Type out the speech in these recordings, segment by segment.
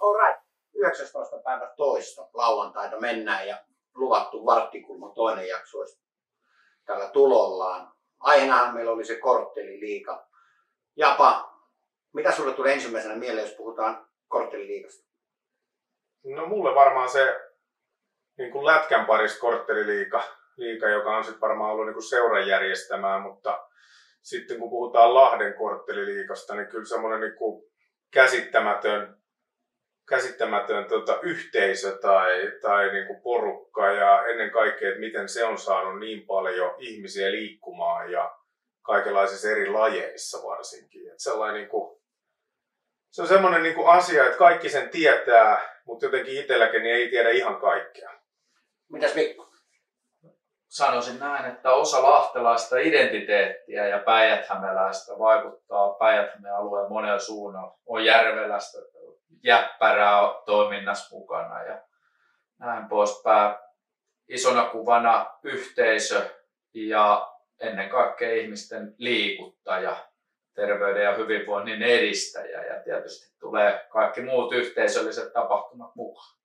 Alright. 19. päivä toista lauantaita mennään ja luvattu Varttikulma toinen jakso olisi tällä tulollaan. Aiheenahan meillä oli se kortteliliiga. Japa, mitä sulle tulee ensimmäisenä mieleen, jos puhutaan kortteliliigasta? No mulle varmaan se niin kuin lätkän parissa kortteliliiga, joka on sitten varmaan ollut niin kuin seuran järjestämää, mutta sitten kun puhutaan Lahden kortteliliigasta, niin kyllä semmoinen niin kuin käsittämätön yhteisö tai niin kuin porukka ja ennen kaikkea, että miten se on saanut niin paljon ihmisiä liikkumaan ja kaikenlaisissa eri lajeissa varsinkin. Että sellainen niin kuin, se on semmoinen niin kuin asia, että kaikki sen tietää, mutta jotenkin itselläkin niin ei tiedä ihan kaikkea. Mitäs Mikko? Sanoisin näin, että osa lahtelaista identiteettiä ja päijät-hämeläistä vaikuttaa Päijät-Hämeen alueen monella suunnalla. On järveläistä, jäppärää toiminnassa mukana ja näin poispäin. Isona kuvana yhteisö ja ennen kaikkea ihmisten liikuttaja, terveyden ja hyvinvoinnin edistäjä ja tietysti tulee kaikki muut yhteisölliset tapahtumat mukaan.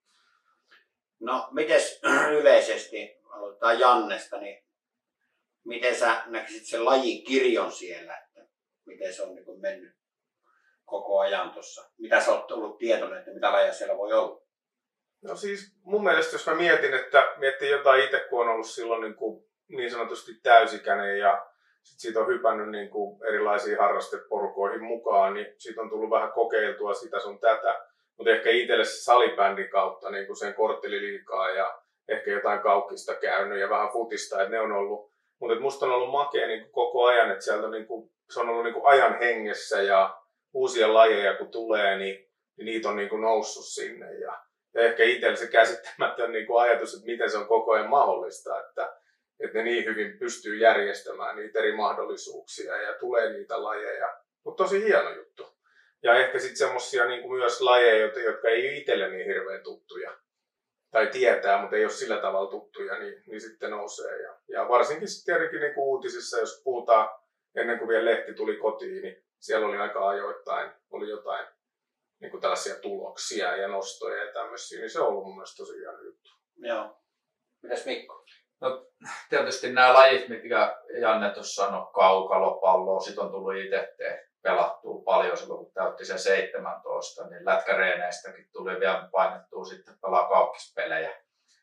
No, mites yleisesti, aloitetaan Jannesta, niin miten sä näkisit sen lajikirjon siellä, että miten se on niin kuin mennyt koko ajan tuossa? Mitä sä oot ollut tietoinen, että mitä lajia siellä voi olla? No siis mun mielestä, jos mä miettii jotain itse, kun on ollut silloin niin sanotusti täysikäinen ja sit siitä on hypännyt niin kuin erilaisiin harrasteporukoihin mukaan, niin siitä on tullut vähän kokeiltua sitä sun tätä. Mutta ehkä itselle se salibändin kautta niin kuin sen kortteliliigaa ja ehkä jotain kaukkista käynyt ja vähän futista, että ne on ollut. Mutta musta on ollut makea niin kuin koko ajan, että sieltä on, niin kuin, se on ollut niin kuin ajan hengessä ja uusia lajeja kun tulee, niin niitä on niin kuin noussut sinne. Ja ehkä itselle se käsittämätön niin kuin ajatus, että miten se on koko ajan mahdollista, että ne niin hyvin pystyy järjestämään niitä eri mahdollisuuksia ja tulee niitä lajeja. Mutta tosi hieno juttu. Ja ehkä sitten semmosia niin kuin myös lajeja, jotka ei ole itselle niin hirveän tuttuja. Tai tietää, mutta ei ole sillä tavalla tuttuja, niin sitten nousee. Ja varsinkin sitten tietenkin niin kuin uutisissa, jos puhutaan ennen kuin vielä lehti tuli kotiin, niin siellä oli aika ajoittain oli jotain niin kuin tällaisia tuloksia ja nostoja ja tämmöisiä, niin se on ollut mun mielestä tosi hieno juttu. Joo. Mitäs Mikko? No, tietysti nämä lajit, mitkä Janne tuossa sanoi, kaukalopalloa, sit on tullut itse pelattua paljon silloin, kun täytti sen 17, niin lätkäreeneistäkin tuli vielä painettua sitten pelaa kaukkispelejä.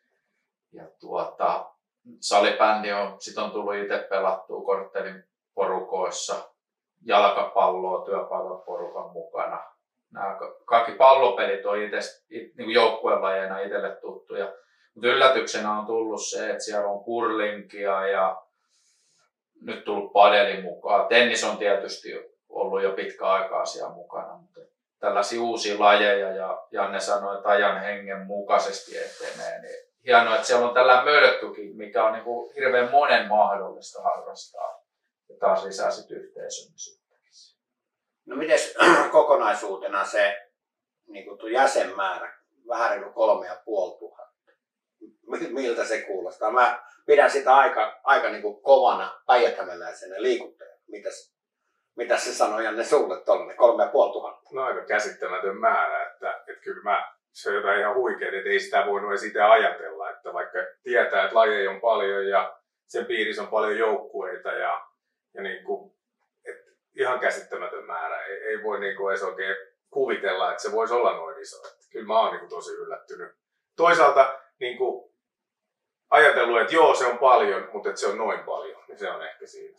Ja salibändi on tullut itse pelattua korttelin porukoissa, jalkapalloa työpaikan porukan mukana. Nämä kaikki pallopelit on niin joukkuelajeina itselle tuttuja. Mutta yllätyksenä on tullut se, että siellä on kurlinkia ja nyt tullut padelin mukaan. Tennis on tietysti ollut jo pitkä aikaa siellä mukana, mutta tällaisia uusia lajeja ja Janne sanoi, että ajan hengen mukaisesti etenee. Niin hienoa, että siellä on tällainen mölkkykin, mikä on niin kuin hirveän monen mahdollista harrastaa ja taas lisää sitten yhteisöllisyyttä. No mites kokonaisuutena se niin kuin jäsenmäärä, vähän reilu 3500? Miltä se kuulostaa? Mä pidän sitä aika niin kuin kovana päijät-hämeläisenä liikuttajana. Mitäs se sanoi Janne sulle tuollainen 3500? No aika käsittämätön määrä, että kyllä se on jotain ihan huikeaa, että ei sitä voinut edes itse ajatella, että vaikka tietää, että lajeja on paljon ja sen piirissä on paljon joukkueita ja niin kuin, että ihan käsittämätön määrä. Ei voi niin kuin edes oikein kuvitella, että se voisi olla noin iso. Että kyllä mä oon niin kuin tosi yllättynyt. Toisaalta niin kuin ajatellut, että joo se on paljon, mutta että se on noin paljon, niin se on ehkä siinä.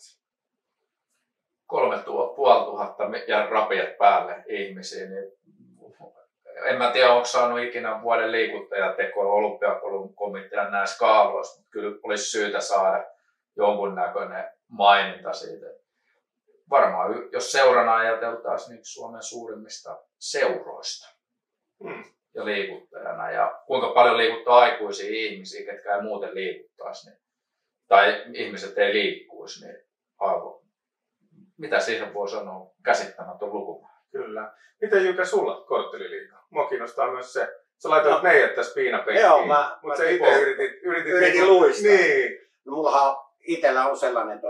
3500 ja rapiat päälle ihmisiä, niin en mä tiedä, onko saanut ikinä vuoden liikuttajatekoa olympiakomitean näissä skaaloissa, mutta kyllä olisi syytä saada jonkunnäköinen maininta siitä. Varmaan, jos seurana ajateltaisiin niin Suomen suurimmista seuroista ja liikuttajana ja kuinka paljon liikuttaa aikuisia ihmisiä, ketkä ei muuten liikuttaisi, niin, tai ihmiset ei liikkuisi, niin aivan. Mitä siihen voi sanoa? Käsittämätön lukumäärä. Kyllä. Miten Jykä sulla kortteliliiga? Mua kiinnostaa myös se. Sä laitoit meidät tässä piinapenkkiin. Joo, mutta sä itse yritit luistaa. Niin. No, mullahan itsellä on sellainen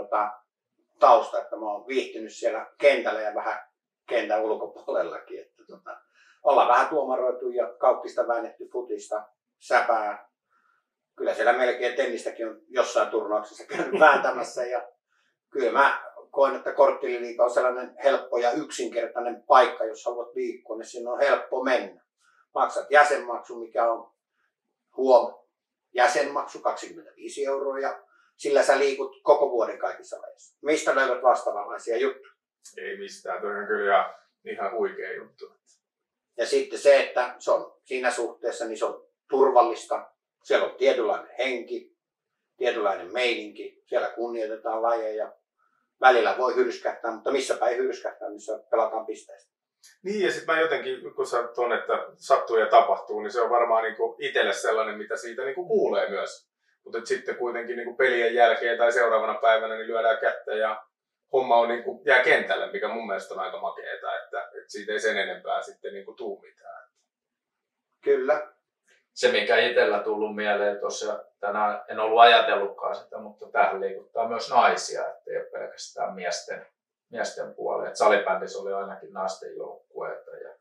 tausta, että mä oon viihtynyt siellä kentällä ja vähän kentän ulkopuolellakin. Että, ollaan vähän tuomaroitu ja kauppista väännetty futista, säpää. Kyllä siellä melkein tennistäkin on jossain turnauksessa käynyt vääntämässä. Ja kyllä mä koen, että kortteliliiga on sellainen helppo ja yksinkertainen paikka, jos haluat liikkua, niin sinne on helppo mennä. Maksat jäsenmaksu, mikä on jäsenmaksu 25 € ja sillä sä liikut koko vuoden kaikissa lajeissa. Mistä löydät vastaavanlaisia juttuja? Ei mistään, toi on kyllä ihan huikea juttu. Ja sitten se, että se on siinä suhteessa, niin se on turvallista. Siellä on tietynlainen henki, tietynlainen meininki. Siellä kunnioitetaan lajeja. Välillä voi hyrskähtää, mutta missäpä ei hyrskähtää, missä pelataan pisteistä. Niin, ja sitten mä jotenkin, kun sä tuon, että sattuu ja tapahtuu, niin se on varmaan niinku itselle sellainen, mitä siitä niinku kuulee myös. Mutta sitten kuitenkin niinku pelien jälkeen tai seuraavana päivänä niin lyödään kättä ja homma on niinku, jää kentälle, mikä mun mielestä on aika makeeta, että siitä ei sen enempää sitten niinku tuu mitään. Kyllä. Se, mikä itsellä tullut mieleen tuossa, tänään en ollut ajatellutkaan sitä, mutta tähän liikuttaa myös naisia, ettei ole pelkästään miesten puolelle. Salibändissä oli ainakin naisten joukkueita ja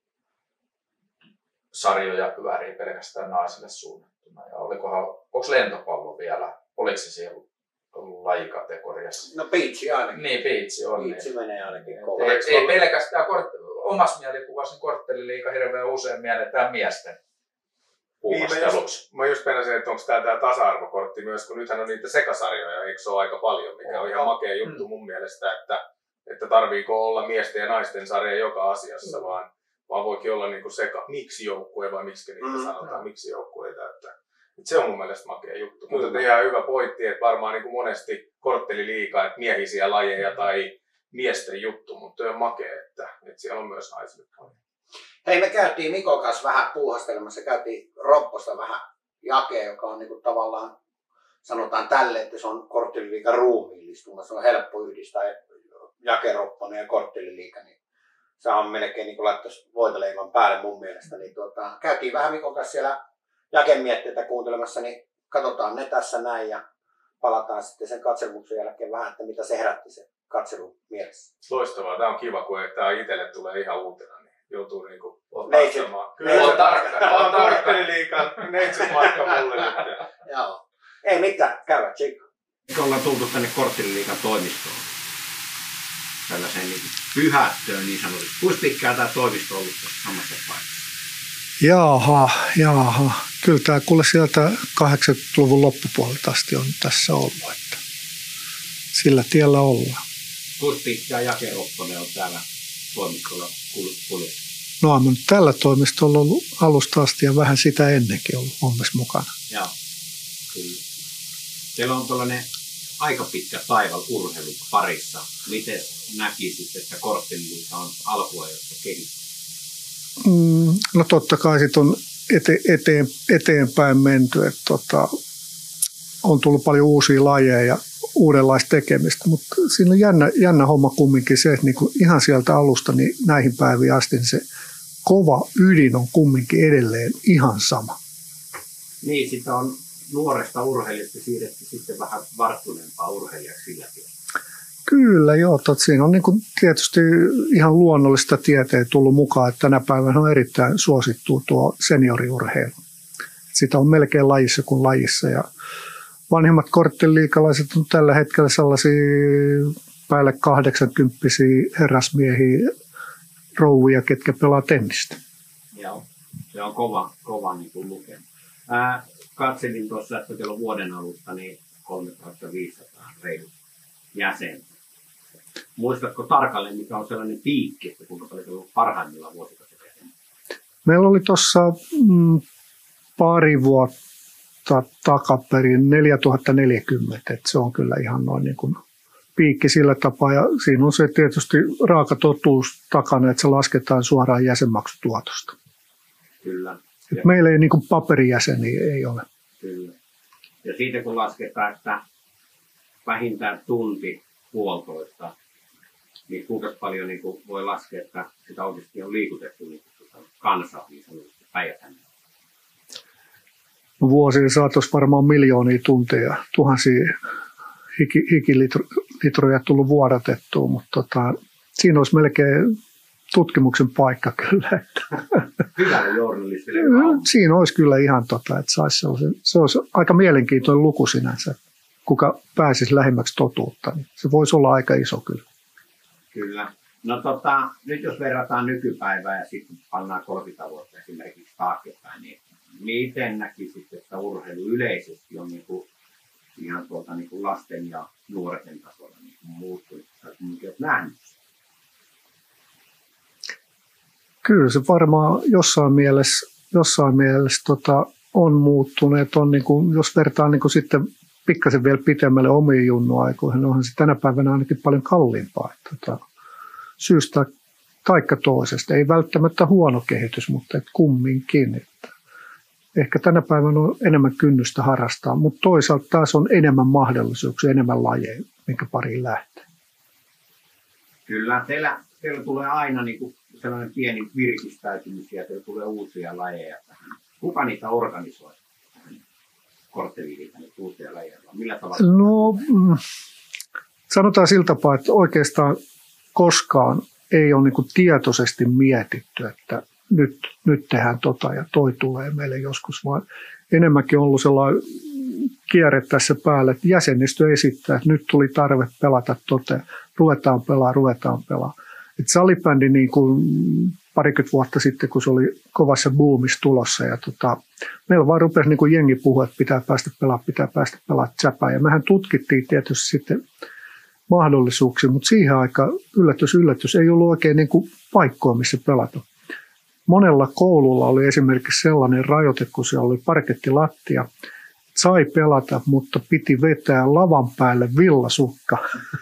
sarjoja pyörii pelkästään naisille suunnattuna. Ja onko lentopallo vielä, oliko se siellä lajikategoriassa? No beachi ainakin. Niin, beachi on. Beachi menee ainakin Ei pelkästään omassa mielikuvassa niin kortteliliiga hirveän usein mielletään miesten puuhasteluksi. Niin, mä just penasin, että onko tämä tasa-arvokortti myös, kun nythän on niitä sekasarjoja, eikö se ole aika paljon, mikä on ihan makea juttu mun mielestä, että tarviiko olla miesten ja naisten sarja joka asiassa, vaan voikin olla niinku miksi joukkue vai miksi niitä sanotaan, miksi joukkueita. Että se on mun mielestä makea juttu. Mutta ihan hyvä pointti, että varmaan niinku monesti kortteliliiga, että miehisiä lajeja tai miesten juttu, mutta on makea, että siellä on myös naisille. Hei, me käytiin Mikon kanssa vähän puuhastelemassa, käytiin Ropposta vähän jakea, joka on niinku tavallaan, sanotaan tälle, että se on kortteliliigan ruumiillistuma. Se on helppo yhdistää Jake Ropponen ja kortteliliiga, niin se on melkein niin kuin laittaisi voiteleiman päälle mun mielestä. Niin käytiin vähän Mikon kanssa siellä Jaken mietteitä kuuntelemassa, niin katsotaan ne tässä näin ja palataan sitten sen katselmuksen jälkeen vähän, että mitä se herätti se katselu mielessä. Loistavaa, tämä on kiva, kun tämä itselle tulee ihan uutena. Joutuu niinku ottamaan. Kyllä on tarkka. Kortteliliigan neitsytmatka mulle nyt. Joo. Ei mitään, käydä Chico. Me ollaan tultu tänne kortteliliigan toimistoon. Tällaiseen niin pyhättöön niin sanotusti. Kuinka pitkään tämä toimisto on ollut tässä samassa paikassa? Jaha. Kyllä tämä kuule sieltä 80-luvun loppupuolelta asti on tässä ollut. Että sillä tiellä ollaan. Kuinka pitkään Jake Ropponen on täällä toimistolla kuljettu? No on tällä toimistolla ollut alusta asti ja vähän sitä ennenkin ollut hommassa mukana. Joo, kyllä. Teillä on tällainen aika pitkä taival urheilun parissa. Miten näkisit, että kortteliliiga on alkuajosta kehittynyt? No totta kai sitten on eteenpäin menty. Että on tullut paljon uusia lajeja ja uudenlaista tekemistä, mutta siinä on jännä homma kumminkin se, että niinku ihan sieltä alusta niin näihin päiviin asti niin se kova ydin on kumminkin edelleen ihan sama. Niin, sitä on nuoresta urheilijasta siirretty sitten vähän varttuneempaa urheilijaksi sillä tiellä. Kyllä joo, siinä on niinku tietysti ihan luonnollista tieteen tullut mukaan, että tänä päivänä on erittäin suosittu tuo senioriurheilu. Sitä on melkein lajissa kuin lajissa ja vanhimmat kortteliikalaiset on tällä hetkellä sellaisia päälle 80-vuotiaita herrasmiehiä, rouvia, ketkä pelaa tennistä. Joo, se on kova niin kuin lukema. Katselin tuossa, että teillä on vuoden alusta niin 3500 reilut jäsentä. Muistatko tarkalleen, mikä on sellainen piikki, että kuinka paljon se on parhaimmillaan vuosikausia jäsentä? Meillä oli tuossa pari vuotta takaperin 4040, että se on kyllä ihan noin niin kuin piikki sillä tapaa. Ja siinä on se tietysti raaka totuus takana, että se lasketaan suoraan jäsenmaksutuotosta. Kyllä. Meillä ei niin kuin paperijäseniä ei ole. Kyllä. Ja siitä kun lasketaan, että vähintään tunti puolitoista, niin kuinka paljon niin kuin voi laskea, että sitä oikeasti on liikutettu niin kansaa, niin sanotusti Päijät-Hämeessä? Vuosien saatossa varmaan miljoonia tunteja, tuhansia hikilitroja tullut vuodatettua, mutta siinä olisi melkein tutkimuksen paikka kyllä. Että. Hyvälle journalistille. Siinä olisi kyllä ihan että saisi sellaisen, se olisi aika mielenkiintoinen luku sinänsä, kuka pääsisi lähemmäksi totuutta, niin se voisi olla aika iso kyllä. Kyllä. No nyt jos verrataan nykypäivää ja sitten pannaan 30 vuotta esimerkiksi taaksepäin, niin miten näkisit, että urheilu yleisesti on niinku ihan niinku lasten ja nuorten tasolla niinku muuttunut, tai kun olet nähnyt? Kyllä se varmaan jossain mielessä on muuttunut. On niin kuin, jos vertaa niin kuin sitten pikkasen vielä pitemmälle omiin junnuaikoihin, onhan se tänä päivänä ainakin paljon kalliimpaa. Syystä taikka toisesta. Ei välttämättä huono kehitys, mutta kumminkin. Että ehkä tänä päivänä on enemmän kynnystä harrastaa, mutta toisaalta taas on enemmän mahdollisuuksia, enemmän lajeja, minkä pariin lähtee. Kyllä, teillä tulee aina niinku sellainen pieni virkistäytymys ja teillä tulee uusia lajeja tähän. Kuka niitä organisoi tähän kortteliigaan, niitä uusia lajeja? Millä tavalla? No, sanotaan sillä tapaa, että oikeastaan koskaan ei ole niinku tietoisesti mietitty, että nyt tehdään ja toi tulee meille joskus, vaan enemmänkin on ollut sellainen kierre tässä päällä, että jäsenistö esittää, että nyt tuli tarve pelata ruvetaan pelaa. Että salibändi niin kuin parikymmentä vuotta sitten, kun se oli kovassa boomissa tulossa, ja meillä vaan rupesi niin kuin jengi puhua, että pitää päästä pelaamaan tsäpää. Ja mehän tutkittiin tietysti sitten mahdollisuuksia, mutta siihen aikaan yllätys, ei ollut oikein niin kuin paikkoa, missä pelata. Monella koululla oli esimerkiksi sellainen rajoite, kun se oli parkettilattia, sai pelata, mutta piti vetää lavan päälle villasukka.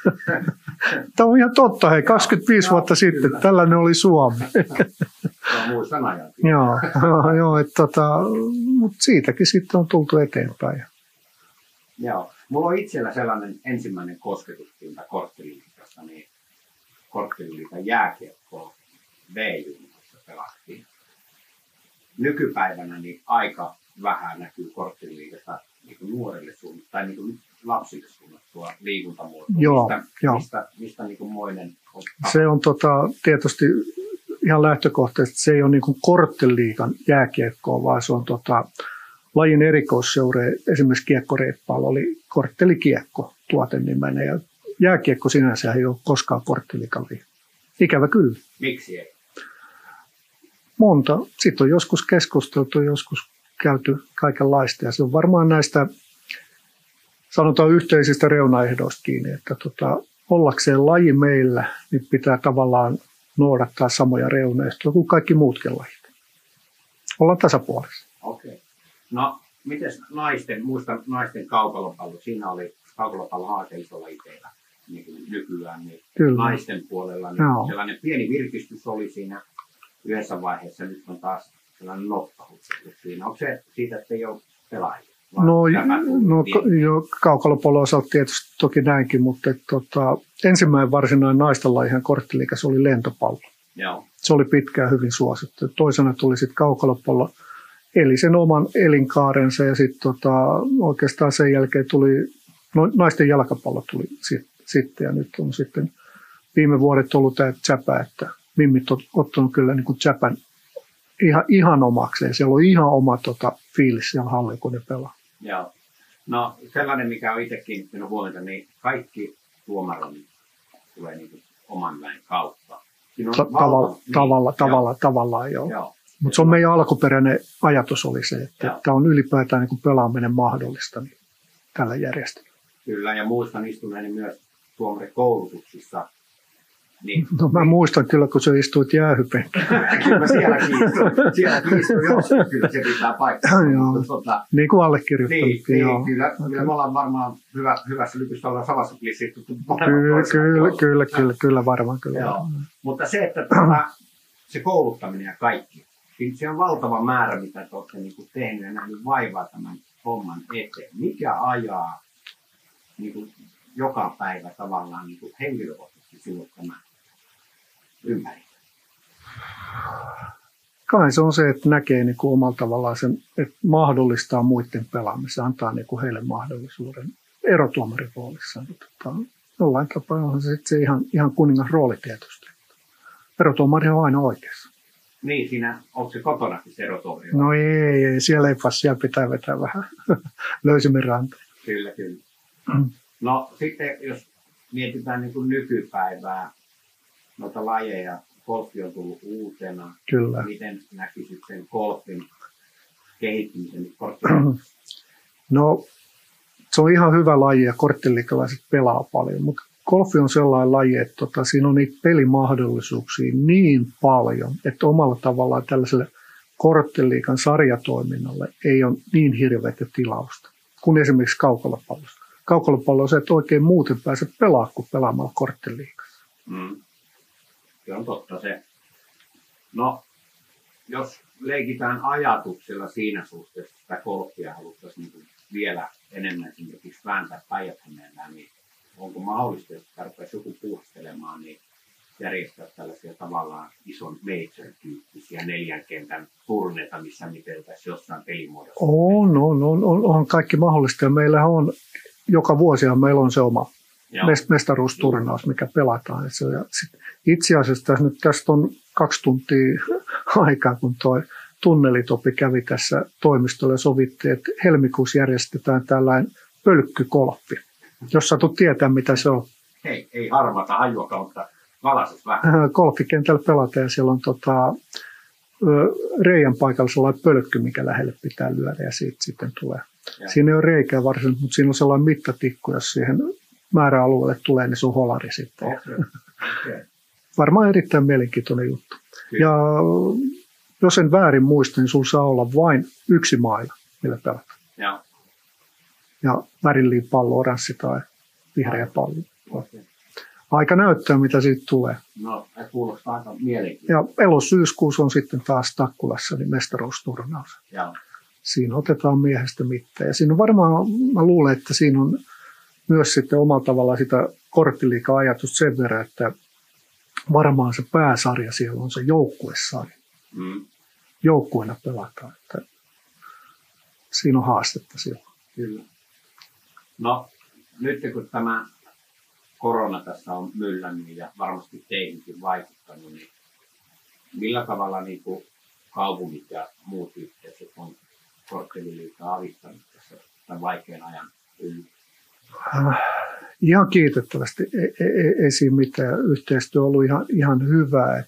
Tämä on ihan totta, hei, 25 vuotta sitten, tällainen oli Suomi. Muistan ajan. Joo, mutta siitäkin sitten on tultu eteenpäin. Joo, mulla on itsellä sellainen ensimmäinen kosketuspinta korttiliikasta, niin korttiliikan jääkiekkoa V-junnoissa pelattiin. Nykypäivänä niin aika vähän näkyy korttiliikasta niin nuorille tai niin lapsille suunnattua liikuntamuotoa. Mistä niin moinen on? Se on tietysti ihan lähtökohtaisesti, se ei ole niin korttiliigan jääkiekkoa, vaan se on lajin erikoisseure. Esimerkiksi kiekkoreippaalla oli korttelikiekko tuotenimenä, ja jääkiekko sinänsä ei ole koskaan korttiliigan liiga. Ikävä kyllä. Miksi ei? Monta. Sitten on joskus keskusteltu, joskus käyty kaikenlaista, ja se on varmaan näistä, sanotaan, yhteisistä reunaehdoista kiinni, että ollakseen laji meillä, niin pitää tavallaan noudattaa samoja reunaehtoja kuin kaikki muutkin lajit. Ollaan tasapuolisia. Okei. No, miten muistan naisten kaukalopallo, siinä oli kaukalopallo aika iso laji teillä niin nykyään, niin naisten puolella niin sellainen pieni virkistys oli siinä yhdessä vaiheessa, nyt on taas sellainen notkaus siinä. Onko se siitä, että ei ole pelaajia? Kaukalopallon osalta tietysti toki näinkin, mutta ensimmäinen varsinainen naisten lajihan korttiliigassa oli lentopallo. Joo. Se oli pitkään hyvin suosittu. Toisena tuli sitten kaukalopallo, eli sen oman elinkaarensa, ja sitten oikeastaan sen jälkeen tuli, naisten jalkapallo tuli sitten, ja nyt on sitten viime vuodet ollut tämä tsäpä, että mimmit on ottanut kyllä niin kuin tsäpän ihan omakseen. Siellä on ihan oma fiilis siellä hallilla, kun ne pelaa. Joo. No sellainen, mikä on itse kiinnittänyt huomiota, niin kaikki tuomaroinnit tulee niin kuin oman väen kautta. Tavallaan joo. Mutta se on meidän alkuperäinen ajatus oli se, että tämä on ylipäätään niin kuin pelaaminen mahdollista niin tällä järjestelmällä. Kyllä, ja muistan istuneeni myös tuomarikoulutuksissa. Niin. No mä muistan kyllä, kun sä istuit jäähypenkillä. Kyllä siellä kiistuin, joo. Kyllä se pitää paikkaa. Niin kuin allekirjoittanut. Niin, kyllä me ollaan varmaan hyvässä lykyssä ollaan samassa pelissä istuttu. Kyllä varmaan. Mutta se, että se kouluttaminen ja kaikki, se on valtava määrä, mitä te olette niin tehneet ja nähnyt vaivaa tämän homman eteen. Mikä ajaa niin joka päivä tavallaan niin henkilökohtaisesti sinut tämän ympäri? Kai se on se, että näkee niin kuin omalla tavallaan sen, että mahdollistaa muiden pelaamisen, antaa niin kuin heille mahdollisuuden erotuomarin roolissa. Jollain tapaa on se ihan kuningas rooli tietysti. Erotuomari on aina oikeassa. Niin, siinä onko se kotonakin se erotuomari? No ei, siellä ei passi, siellä pitää vetää vähän löysimmin rantaan. Kyllä, kyllä. No sitten jos mietitään niin kuin nykypäivää, noita lajeja, golfi on tullut uutena. Kyllä. Miten näkisit sen golfin kehittymisen korttiliikassa? No, se on ihan hyvä laji ja korttiliikalaiset pelaa paljon, mutta golfi on sellainen laji, että siinä on niitä pelimahdollisuuksia niin paljon, että omalla tavallaan tällaiselle korttiliikan sarjatoiminnalle ei ole niin hirveätä tilausta kuin esimerkiksi kaukolopallossa. Kaukolopallo on se, että oikein muuten pääse pelaamaan kuin pelaamalla korttiliikassa. Se on totta se. No, jos leikitään ajatuksella siinä suhteessa, että sitä golfia haluttaisiin niin vielä enemmän esimerkiksi vääntää Päijät-Hämeellä, niin onko mahdollista, jos tarpeeksi joku puhastelemaan, niin järjestää tällaisia tavallaan ison major-tyyppisiä 4 kentän turneita, missä miteltäisiin jossain pelimuodossa? On kaikki mahdollista. Ja meillähän on, joka vuosihan meillä on se oma mestaruusturnaus, mikä pelataan. Ja itse asiassa tästä on 2 tuntia aikaa, kun toi tunnelitopi kävi tässä toimistolla ja sovittiin, että helmikuussa järjestetään tällainen pölkkykolppi, jos satut tietää, mitä se on. Ei harvata hajuakaan, mutta valasis vähän. Golfikentällä pelataan ja siellä on reijän paikalla sellainen pölkky, mikä lähelle pitää lyödä ja siitä sitten tulee. Ja. Siinä ei ole reikää varsinaisesti, mutta siinä on sellainen mittatikku, jos siihen määräalueelle tulee, niin se on holari sitten. Okay. Varmaan erittäin mielenkiintoinen juttu. Kyllä. Ja jos en väärin muista, niin sulla saa olla vain 1 maila, millä pelata. Ja värillinen pallo, oranssi tai vihreä pallo. Okay. Aika näyttää, mitä siitä tulee. No, kuulostaa aika mielenkiintoista. Ja elosyyskuussa on sitten taas Takkulassa niin mestaruusturnaus. Siinä otetaan miehestä mittaa. Ja siinä on varmaan, mä luulen, että siinä on myös sitten omalla tavallaan sitä korttiliiga-ajatusta sen verran, että varmaan se pääsarja siellä on se joukkuesarja. Joukkueena pelataan. Että siinä on haastetta siellä. Kyllä. No, nyt kun tämä korona tässä on myllännyt ja varmasti teihinkin vaikuttanut, niin millä tavalla niin kuin kaupungit ja muut yhteisöt on korttiliigaa avistanut tässä tämän vaikean ajan yli? Ihan kiitettävästi. Ei siinä mitään. Yhteistyö on ollut ihan hyvää.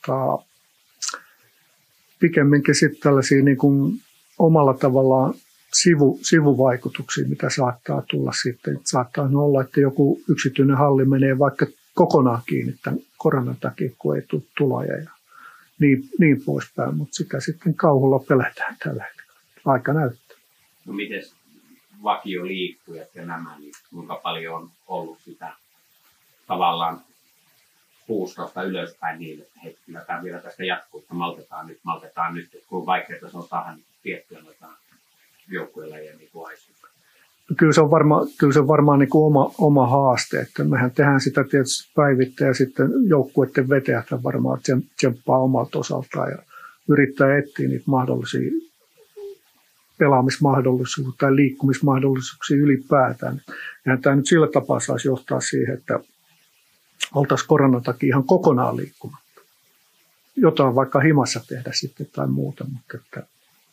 Pikemminkin sitten tällaisia niin kuin omalla tavallaan sivuvaikutuksia, mitä saattaa tulla sitten. Saattaa olla, että joku yksityinen halli menee vaikka kokonaan kiinni tämän koronan takia, kun ei tule tuloja ja niin poispäin. Mutta sitä sitten kauhulla pelätään tällä hetkellä. Aika näyttää. No miten vakioliikkujat ja nämä, niin kuinka paljon on ollut sitä tavallaan puustausta ylöspäin niin, että hei, kyllä tämä vielä tästä jatkuu, että maltetaan nyt, että kuinka vaikeaa se on saada tiettyä noita joukkuelajeja niin kuin aisuutta. Kyllä se on varmaan niin kuin oma haaste, että mehän tehdään sitä tietysti päivittäin ja sitten joukkueiden vetäjät varmaan tsemppaa omalta osaltaan ja yrittää etsiä niitä mahdollisia pelaamismahdollisuuksia tai liikkumismahdollisuuksia ylipäätään. Ja tämä nyt sillä tapaa saisi johtaa siihen, että oltaisiin koronan takia ihan kokonaan liikkumatta. Jotain vaikka himassa tehdä sitten tai muuta, mutta että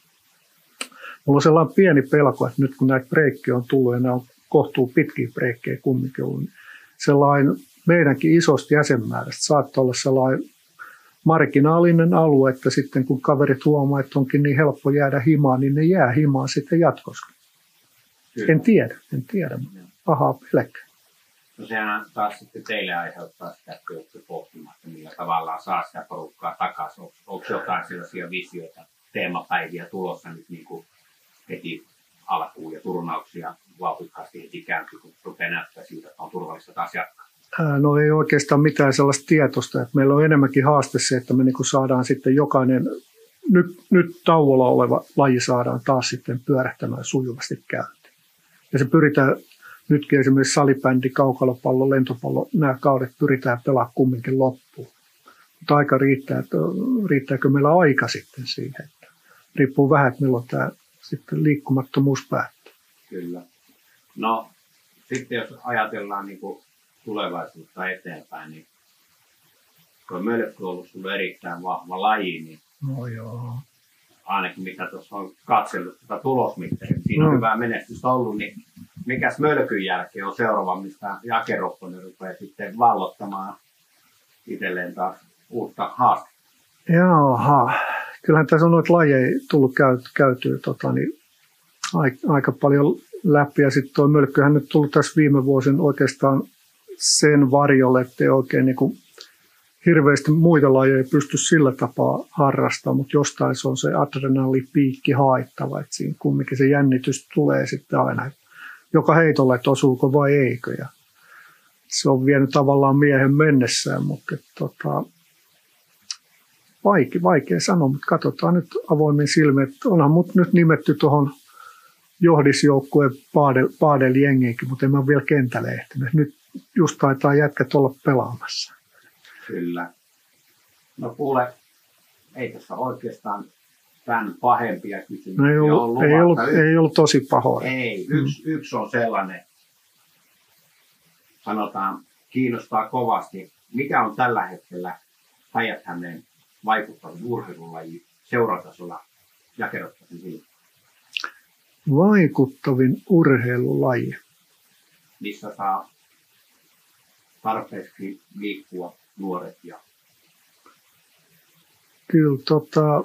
mulla on sellainen pieni pelko, että nyt kun näitä breikkejä on tullut ja nämä on kohtuu pitkiä breikkejä kumminkin ollut, niin sellainen meidänkin isosta jäsenmäärästä saattaa olla sellainen marginaalinen alue, että sitten kun kaverit huomaa, että onkin niin helppo jäädä himaan, niin ne jää himaan sitten jatkossa. En tiedä. Pahaa pelkää. No sehän taas sitten teille aiheuttaa sitä, että joutuu pohtimaan, että millä tavallaan saa sitä porukkaa takaisin. Onko jotain sellaisia visioita, teemapäiviä tulossa nyt niin kuin heti alkuun ja turnauksia vauhdikkaasti heti käyntiin, kun rupeaa näyttää siltä, että on turvallista taas jatkaa? No ei oikeastaan mitään sellaista tietoista. Että meillä on enemmänkin haaste se, että me niin saadaan sitten jokainen nyt tauolla oleva laji saadaan taas sitten pyörähtämään sujuvasti käyntiin. Ja se pyritään nytkin esimerkiksi salibändi, kaukalopallo, lentopallo, nämä kaudet pyritään pelaamaan kumminkin loppuun. Mutta aika riittää, että riittääkö meillä aika sitten siihen. Että riippuu vähän, että milloin tämä sitten liikkumattomuus päättyy. Kyllä. No sitten jos ajatellaan niin kuin tulevaisuutta eteenpäin, niin tuo mölkky on ollut sulle erittäin vahva laji, niin No joo. ainakin mitä tuossa on katsellut tätä tulosmittaria, siinä on hyvää menestystä ollut, niin mikäs mölkyn jälkeen on seuraava, mistä Jake Ropponen rupeaa sitten vallottamaan itselleen taas uutta haastetta? Jaha. Kyllähän tässä on noita lajeja tullut käytyä niin aika paljon läpi. Ja sitten tuo mölkkyhän nyt tullut tässä viime vuosina oikeastaan sen varjolle, ettei oikein niin kuin hirveästi muita lajeja pysty sillä tapaa harrastamaan, mutta jostain se on se adrenalipiikki haettava, että siinä kumminkin se jännitys tulee sitten aina joka heitolla, että osuuko vai eikö. Ja se on vienyt tavallaan miehen mennessään, mutta vaikea sanoa, mutta katsotaan nyt avoimin silmin, että onhan mut nyt nimetty tuohon johdisjoukkueen paadeljengiinkin, mutta en mä ole vielä kentälle ehtinyt. Nyt just taitaa jätkät olla pelaamassa. Kyllä. No kuule, ei tässä oikeastaan tämän pahempia kysymyksiä Ei ollut tosi pahoja. Ei, yksi on sellainen, sanotaan, kiinnostaa kovasti. Mikä on tällä hetkellä Päijät-Hämeen vaikuttavin urheilulaji seuratasolla jakerottaisen siltä? Vaikuttavin urheilulaji. Missä saa tarpeeksi liikkua nuoret ja Kyllä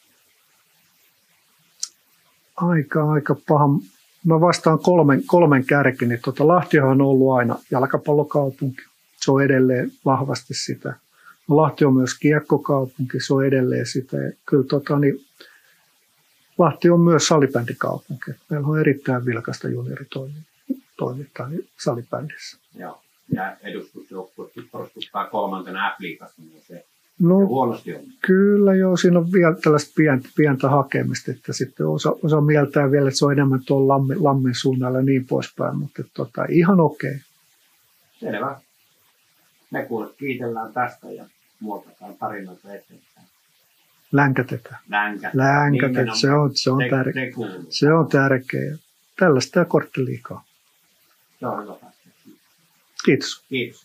aika paha. Mä vastaan kolmen kärki, niin Lahtihan on ollut aina jalkapallokaupunki. Se on edelleen vahvasti sitä. Lahti on myös kiekkokaupunki, se on edelleen sitä. Ja kyllä niin Lahti on myös salibändikaupunki. Meillä on erittäin vilkasta junioritoimintaa salibändissä. Joo. Ja edustusjoukkue porskuttaa 3. F-liigassa, niin se No, huonosti on. kyllä joo, siinä on vielä tällaista pientä hakemista, että sitten osa mieltää vielä, että se on enemmän tuolla Lammin suunnalla ja niin poispäin, mutta ihan okei. Selvä. Me kuule kiitellään tästä ja muokataan tarinoita eteenpäin. Länkätetään. Länkätetään. Se on tärkeää. Tällaista tämä korttiliikaa. Se on hyvä. Kiitos. Kiitos.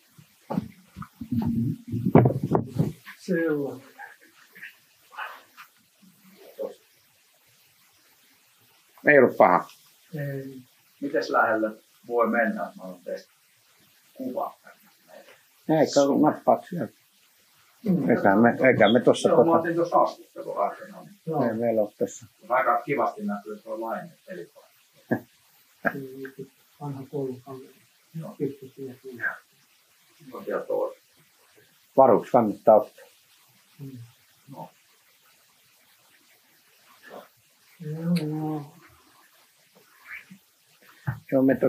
Sellainen. Ei ollut paha. Ei. Mites lähelle voi mennä, että mä oon teistä kuvaa? Eikä ollut nappaat syödä. Eikä me tuossa Joo, mä otin tuossa astusta, kun aikana. Joo. Ei meillä ole tässä. Aika kivasti näkyy tuo lainen pelipaikka. Vanha koulukaveri. Joo. Pitkä tie tulee. On siellä toista. Varuksi kannattaa ottaa. No. Joo, me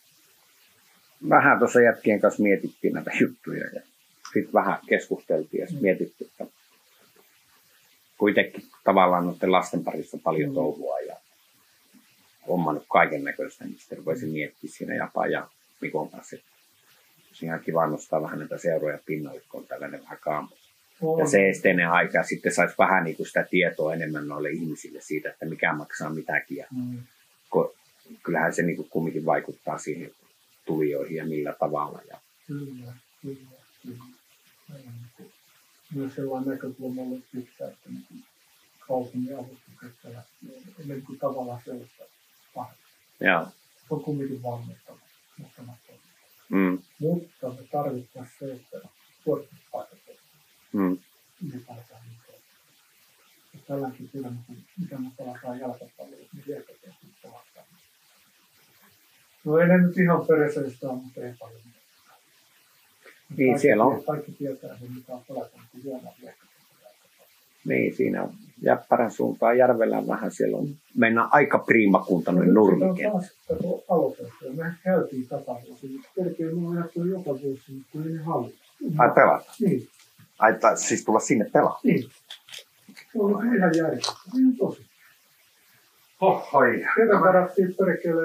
vähän tuossa jätkien kanssa mietittiin näitä juttuja ja sitten vähän keskusteltiin ja sitten mietittiin, että kuitenkin tavallaan noiden lasten parissa paljon touhua ja hommannut kaiken näköistä, niin sitten rupesin miettimään siinä Japan ja Mikon kanssa. Olisi ihan kiva nostaa vähän näitä seuroja pinnoille, kun on tällainen vähän kaamos. Ja se esteinen aika sitten saisi vähän niin kuin sitä tietoa enemmän noille ihmisille siitä, että mikä maksaa mitäkin. Ja kyllähän se niin kuin kumminkin vaikuttaa siihen tulijoihin ja millä tavalla. Ja Kyllä. Myös sellainen näkökulma ollut pitkä, että kaupungin avustukset niin kuin tavallaan sellaista pahdetta. joo. Se on kumminkin valmistava. Mutta me tarvittaisiin se, että suorituspaikat ylipäätään. Tälläkin tilanne, mitä me pelataan jalkapalloa, niin sieltä tehtiin pelataan. No ei ne nyt ihan peräisestä ole, mutta ei paljon. Niin, siellä on. Kaikki tietää sen, mitä on pelata, kun siellä on liekkaita. Niin, siinä on Jäppärän suuntaan järvellä vähän. Siellä on mennään aika priimakunta noin nurmikin. Aloitettu. Me käytiin takavuosi, mutta pelkään minua jatkuu joka vuosi, kun ei ne halua. Ai pelata? Niin. Ai siis tulla sinne pelaamaan? Niin. Se on ihan järjestetty. Ihan tosi. Hohoi. Kerran varattiin perkele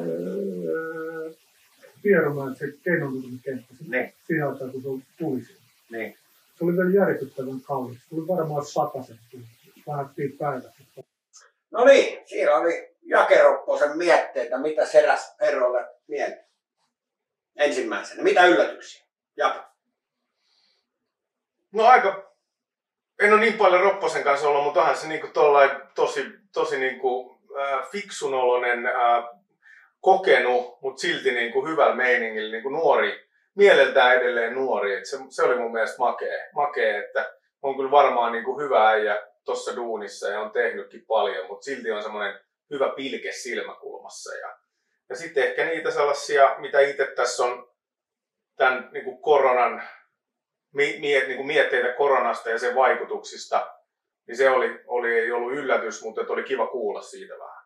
Vieromaan se Keinonurmikenttä. Siihen aikaan, kun se tuli sinne. Niin. Se oli vielä järkyttävän kallis. Se oli varmaan 100 senttiä. Lähdettiin päivässä. No niin, siinä oli Jake Ropposen mietteitä, mitä seräs herroille mieleen. Ensimmäisenä, mitä yllätyksiä? Jake. No en ole niin paljon Ropposen kanssa ollut, mutta onhan se niinku tosi niinku, fiksun oloinen, kokenut, mutta silti niinku hyvällä meiningillä niinku nuori, mieleltään edelleen nuori. Et se oli mun mielestä makea, että on kyllä varmaan niinku hyvä äijä tuossa duunissa ja on tehnytkin paljon, mutta silti on semmoinen hyvä pilke silmäkulmassa. Ja sitten ehkä niitä sellaisia, mitä itse tässä on tämän niinku koronan, niinku mietteitä koronasta ja sen vaikutuksista, niin se ei ollut yllätys, mutta oli kiva kuulla siitä vähän.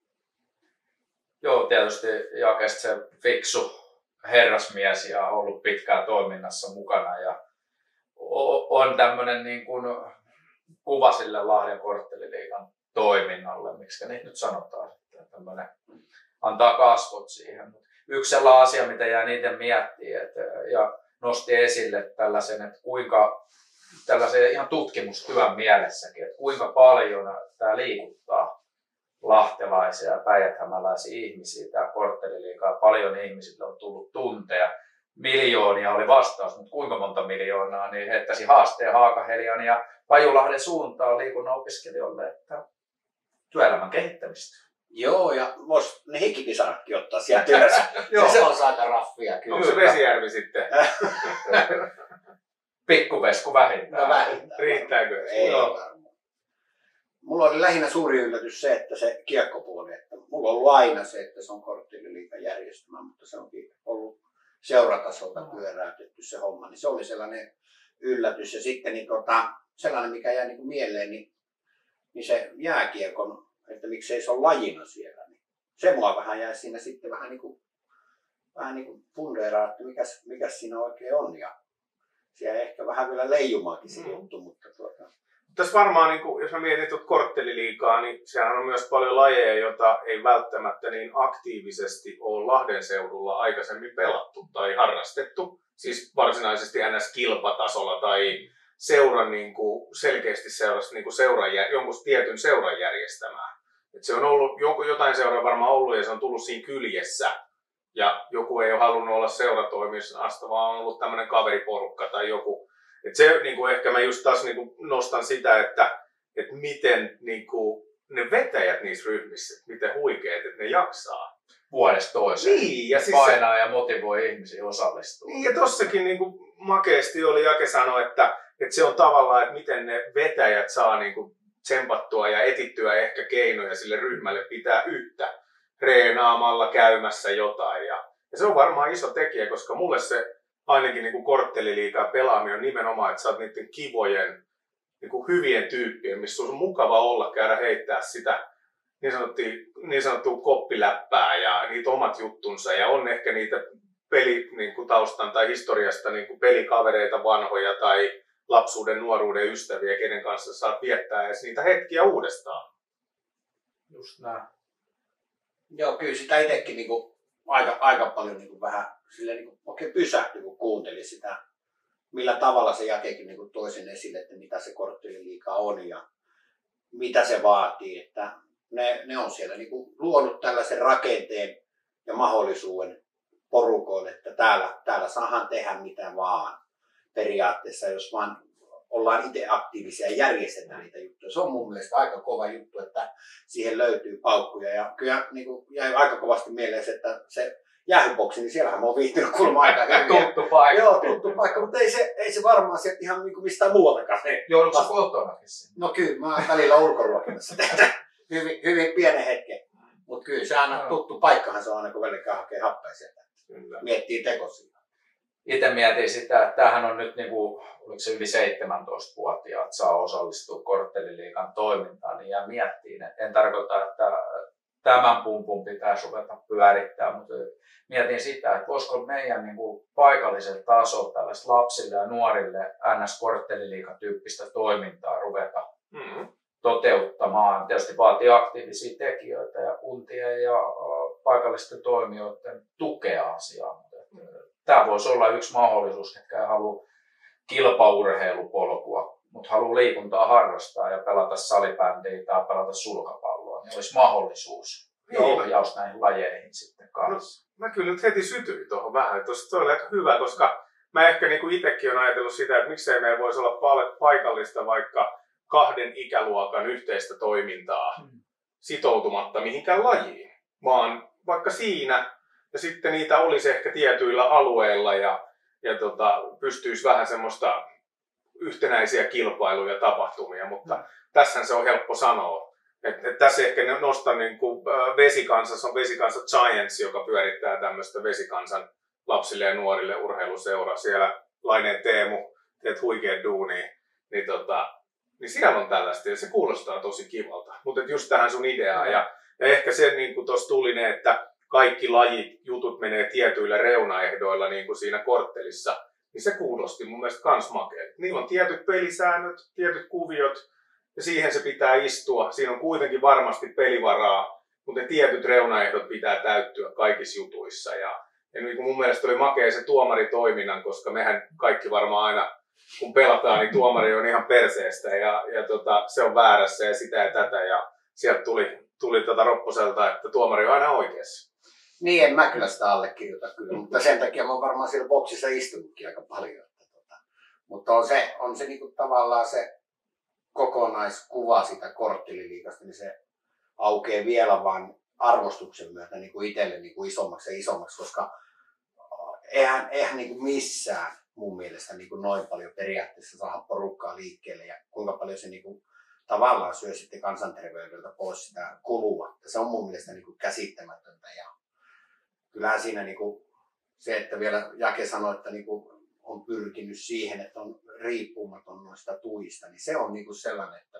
Joo, tietysti Jakesta se fiksu herrasmies ja ollut pitkään toiminnassa mukana ja on tämmöinen niin kuin kuva sille Lahden kortteliliigan toiminnalle, miksi niitä nyt sanotaan, että tämmöinen antaa kasvot siihen. Yksi sellainen asia, mitä jään itse miettimään ja nosti esille tällaisen, että kuinka tällaisen ihan tutkimustyön mielessäkin, että kuinka paljon tämä liikuttaa lahtelaisia ja päijäthämäläisiä ihmisiä, tämä kortteliliiga. Paljon ihmisille on tullut tunteja. Miljoonia oli vastaus, mutta kuinka monta miljoonaa, niin heittäisi haasteen Haakahelian ja Pajulahden suuntaan liikunnan opiskelijoille, että työelämän kehittämistä. Joo, ja vois ne hikipisaratkin ottaa sieltä ylös. se on aika raffia kyllä. Onko se Vesijärvi sitten? Pikkuvesku vähintään. No vähintään. Riittääkö? Ei varmaan. Mulla oli lähinnä suuri yllätys se, että se kiekkopuoli, että mulla on ollut aina se, että se on kortteliliigan järjestämä, mutta se onkin ollut seuratasolta pyöräytetty se homma, niin se oli sellainen yllätys. Ja sitten niin sellainen, mikä jäi niin mieleen, niin se jääkiekon, että miksei se ole lajina siellä. Niin se mua vähän jäi siinä sitten vähän niin kuin fundeeraa, että mikäs siinä oikein on. Ja siellä ehkä vähän vielä leijumaakin se juttu, mutta Tässä varmaan, jos mä mietin tuota kortteliliigaa, niin siellä on myös paljon lajeja, joita ei välttämättä niin aktiivisesti ole Lahden seudulla aikaisemmin pelattu tai harrastettu. Siis varsinaisesti NS-kilpatasolla tai seuran selkeästi seurassa jonkun tietyn seuran järjestämää. Et se on ollut, jotain seuraa varmaan ollut ja se on tullut siinä kyljessä. Ja joku ei ole halunnut olla seuratoiminnassa, vaan on ollut tämmöinen kaveriporukka tai joku. Et se ehkä mä just taas nostan sitä, että miten ne vetäjät niissä ryhmissä, miten huikeet, että ne jaksaa. Vuodesta toiseen. Niin, ja siis painaa ja motivoi ihmisiä osallistumaan. Niin, ja tossakin makeasti oli Jake sanoi, että se on tavallaan, että miten ne vetäjät saa tsempattua ja etittyä ehkä keinoja sille ryhmälle pitää yhtä treenaamalla käymässä jotain. Ja se on varmaan iso tekijä, koska mulle se ainakin kortteliliigaa pelaaminen on nimenomaan, että sä oot niiden kivojen, hyvien tyyppien, missä on mukava olla, käydä heittää sitä niin sanottua koppiläppää ja niitä omat juttunsa. Ja on ehkä niitä pelitaustan tai historiasta pelikavereita vanhoja tai lapsuuden, nuoruuden ystäviä, kenen kanssa saat viettää edes niitä hetkiä uudestaan. Just näin. Joo, kyllä sitä itsekin aika paljon vähän silleen oikein pysähtyi, kun kuuntelin sitä, millä tavalla se Jakekin toi sen esille, että mitä se kortteliliiga on ja mitä se vaatii. Että ne on siellä luonut tällaisen rakenteen ja mahdollisuuden porukoille, että täällä saadaan tehdä mitä vaan periaatteessa, jos vaan ollaan itse aktiivisia ja järjestetään niitä juttuja. Se on mun mielestä aika kova juttu, että siihen löytyy paukkuja. Ja kyllä jäi aika kovasti mieleen se, että se jäähyboksi, niin siellähän mä oon viihtynyt kuulemma aika hyvin. Tuttu paikka. Joo, tuttu paikka, mutta ei se varmaan sieltä ihan mistään muualtakaan. Joudutko kotonakin sinne? No kyllä, mä oon välillä ulkoruokinnassa hyvin pienen hetken. Mutta kyllä se aina tuttu paikkahan se on aina, kun välillä hakee happea sieltä. Miettii tekosia. Itse mietin sitä, että tämähän on nyt, oliko se yli 17-vuotiaat saa osallistua kortteliliigan toimintaan, niin jää miettiin. En tarkoita, että tämän pumpun pitäisi ruveta pyörittää, mutta mietin sitä, että voisiko meidän paikallisella tasolla tällaisille lapsille ja nuorille NS-kortteliliiga-tyyppistä toimintaa ruveta toteuttamaan. Tietysti vaatii aktiivisia tekijöitä ja kuntien ja paikallisten toimijoiden tukea asiaa. Tämä voisi olla yksi mahdollisuus, ketkä ei halua kilpaurheilupolkua, mutta haluaa liikuntaa harrastaa ja pelata salibändiä tai pelata sulkapalloa, niin olisi mahdollisuus ja ohjaus näihin lajeihin sitten kanssa. No, mä kyllä nyt heti sytyin tuohon vähän. Tuo oli aika hyvä, koska mä ehkä niin kuin itsekin olen ajatellut sitä, että miksei meillä voisi olla paikallista vaikka 2 ikäluokan yhteistä toimintaa sitoutumatta mihinkään lajiin, vaan vaikka siinä, ja sitten niitä olisi ehkä tietyillä alueilla ja pystyisi vähän semmoista yhtenäisiä kilpailuja, tapahtumia, mutta tässä se on helppo sanoa. Tässä ehkä nostan niin kuin Vesikansassa on Vesikansa Giants, joka pyörittää tämmöistä Vesikansan lapsille ja nuorille urheiluseuraa. Siellä Laineen Teemu, teet huikeat duunia, niin siellä on tällaista ja se kuulostaa tosi kivalta. Mutta just tähän sun ideaan ja ehkä se niin kuin tuossa tuli ne, että kaikki lajit, jutut menee tietyillä reunaehdoilla niin kuin siinä korttelissa, niin se kuulosti mun mielestä kans makealta. Niillä on tietyt pelisäännöt, tietyt kuviot ja siihen se pitää istua. Siinä on kuitenkin varmasti pelivaraa, mutta ne tietyt reunaehdot pitää täyttyä kaikissa jutuissa. Ja niin kuin mun mielestä oli makea se tuomaritoiminnan, koska mehän kaikki varmaan aina kun pelataan, niin tuomari on ihan perseestä ja se on väärässä ja sitä ja tätä. Ja sieltä tuli Ropposelta, että tuomari on aina oikeassa. Niin, en mä kyllä sitä allekirjoita kyllä, mutta sen takia mä oon varmaan siellä boksissa istunutkin aika paljon. Mutta on se niinku tavallaan se kokonaiskuva sitä kortteliliigasta, niin se aukeaa vielä vaan arvostuksen myötä niinku itselle niinku isommaksi ja isommaksi, koska eihän niinku missään mun mielestä niinku noin paljon periaatteessa saada porukkaa liikkeelle ja kuinka paljon se niinku tavallaan syö sitten kansanterveydeltä pois sitä kulua. Se on mun mielestä niinku käsittämätöntä ja kyllähän siinä niinku se, että vielä Jake sanoi, että niinku on pyrkinyt siihen, että on riippumaton noista tuista, niin se on niinku sellainen, että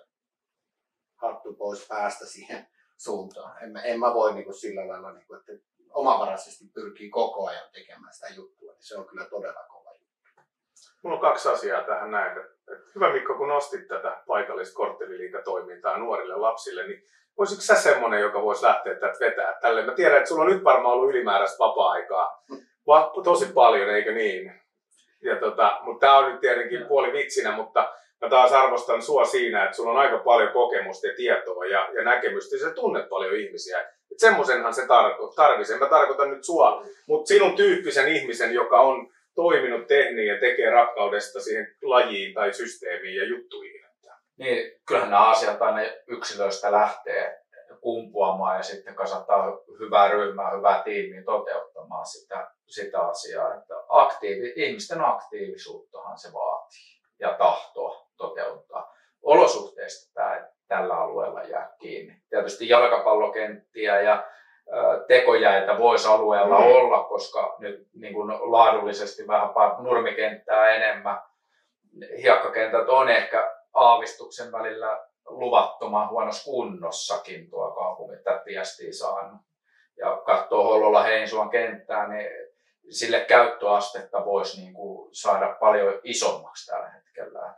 hattu pois päästä siihen suuntaan. En mä voi niinku sillä lailla, niinku, että omavaraisesti pyrkii koko ajan tekemään sitä juttua, niin se on kyllä todella kova juttu. Mulla on 2 asiaa tähän näin. Hyvä Mikko, kun nostit tätä paikallista kortteliliigatoimintaa nuorille lapsille, niin voisitko sä semmonen, joka voisi lähteä tätä vetää tälle? Mä tiedän, että sulla on nyt varmaan ollut ylimääräistä vapaa-aikaa. Tosi paljon, eikö niin? Mutta tää on nyt tietenkin puoli vitsinä, mutta mä taas arvostan sua siinä, että sulla on aika paljon kokemusta ja tietoa ja näkemystä ja sä tunnet paljon ihmisiä. Et semmosenhan se tarvitsee. Mä tarkoitan nyt sua, mutta sinun tyyppisen ihmisen, joka on toiminut, tehnyt ja tekee rakkaudesta siihen lajiin tai systeemiin ja juttuihin. Niin, kyllähän nämä asiat aina yksilöistä lähtee kumpuamaan ja sitten kasataan hyvää ryhmää, hyvää tiimiä toteuttamaan sitä asiaa. Että ihmisten aktiivisuuttahan se vaatii ja tahtoa toteuttaa. Olosuhteista tällä alueella jää kiinni. Tietysti jalkapallokenttiä ja tekojäitä voisi alueella olla, koska nyt niin kuin laadullisesti vähän nurmikenttää enemmän. Hiekkakentät on ehkä aavistuksen välillä luvattoman huonossa kunnossakin tuo kaupunki, tätä viestiä saanut. Ja katsoo Hollola Heinsuan kenttää, niin sille käyttöastetta voisi niin kuin saada paljon isommaksi tällä hetkellä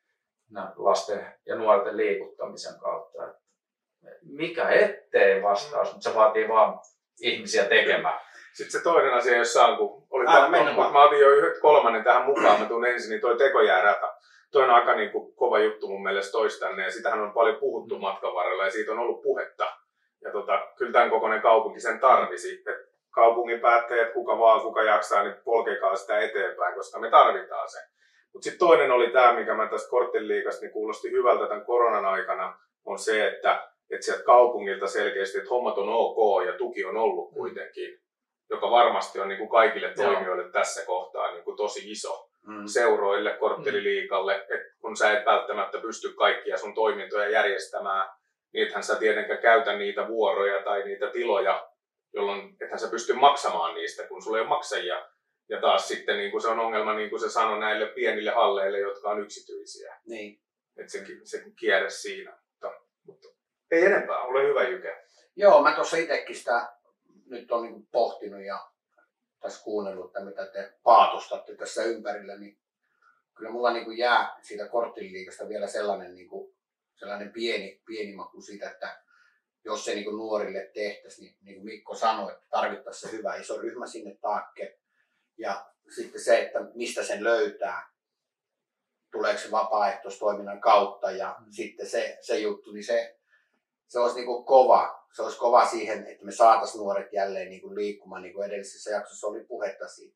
lasten ja nuorten liikuttamisen kautta. Mikä ettei vastaus, mutta se vaatii vaan ihmisiä tekemään. Sitten se toinen asia, jossa on, kun mä otin jo 3. tähän mukaan, mä tuun ensin, niin toi tekojäärata. Toi on aika niin kuin kova juttu mun mielestä toistanne ja sitähän on paljon puhuttu matkan varrella ja siitä on ollut puhetta. Ja kyllä tämän kokoinen kaupunki sen tarvisi. Et kaupungin päättäjät, kuka jaksaa, niin polkekaa sitä eteenpäin, koska me tarvitaan se. Mutta sitten toinen oli tämä, mikä mä tästä kortteliigasta niin kuulosti hyvältä tämän koronan aikana, on se, että sieltä kaupungilta selkeästi, että hommat on ok ja tuki on ollut kuitenkin, joka varmasti on niin kuin kaikille toimijoille tässä kohtaa niin kuin tosi iso. Seuroille, kortteliliigalle, että kun sä et välttämättä pysty kaikkia sun toimintoja järjestämään, niin ethän sä tietenkään käytä niitä vuoroja tai niitä tiloja, jolloin ethän sä pysty maksamaan niistä, kun sulla ei ole maksajia. Ja taas sitten niin kuin se on ongelma, niin kuin se sanoi näille pienille halleille, jotka on yksityisiä. Niin. Että se kierre siinä. Mutta ei enempää, ole hyvä Jyke. Joo, mä tuossa itsekin sitä nyt on niin pohtinut ja tässä kuunnellut, että mitä te paatostatte tässä ympärillä, niin kyllä mulla niin kuin jää siitä kortteliligasta vielä sellainen, niin kuin, sellainen pieni maku siitä, että jos se niin kuin nuorille tehtäisiin, niin kuin Mikko sanoi, että tarvittaisiin se hyvä iso ryhmä sinne taakke. Ja sitten se, että mistä sen löytää, tuleeko se vapaaehtoistoiminnan kautta ja sitten se juttu, niin se olisi niin kuin kova. Se olisi kova siihen, että me saataisiin nuoret jälleen niin kuin liikkumaan, niin kuin edellisessä jaksossa oli puhetta siitä. Se on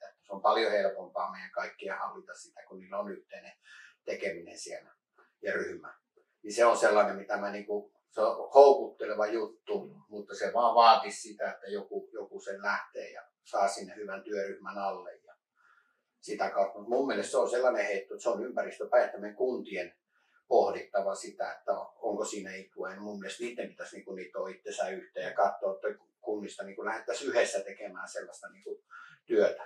paljon helpompaa meidän kaikkien hallita sitä, kun niillä on yhteinen tekeminen siellä ja ryhmä. Niin se on sellainen, mitä mä niinku, se on houkutteleva juttu, mutta se vaan vaatisi sitä, että joku sen lähtee ja saa sinne hyvän työryhmän alle. Ja sitä kautta. Mun mielestä se on sellainen heitto, että se on ympäristöpäittämien kuntien pohdittava sitä, että onko siinä etua. Mun mielestä niiden pitäisi niinku niitä itsensä yhteen ja katsoa, että kunnista niinku lähdettäisiin yhdessä tekemään sellaista niinku työtä.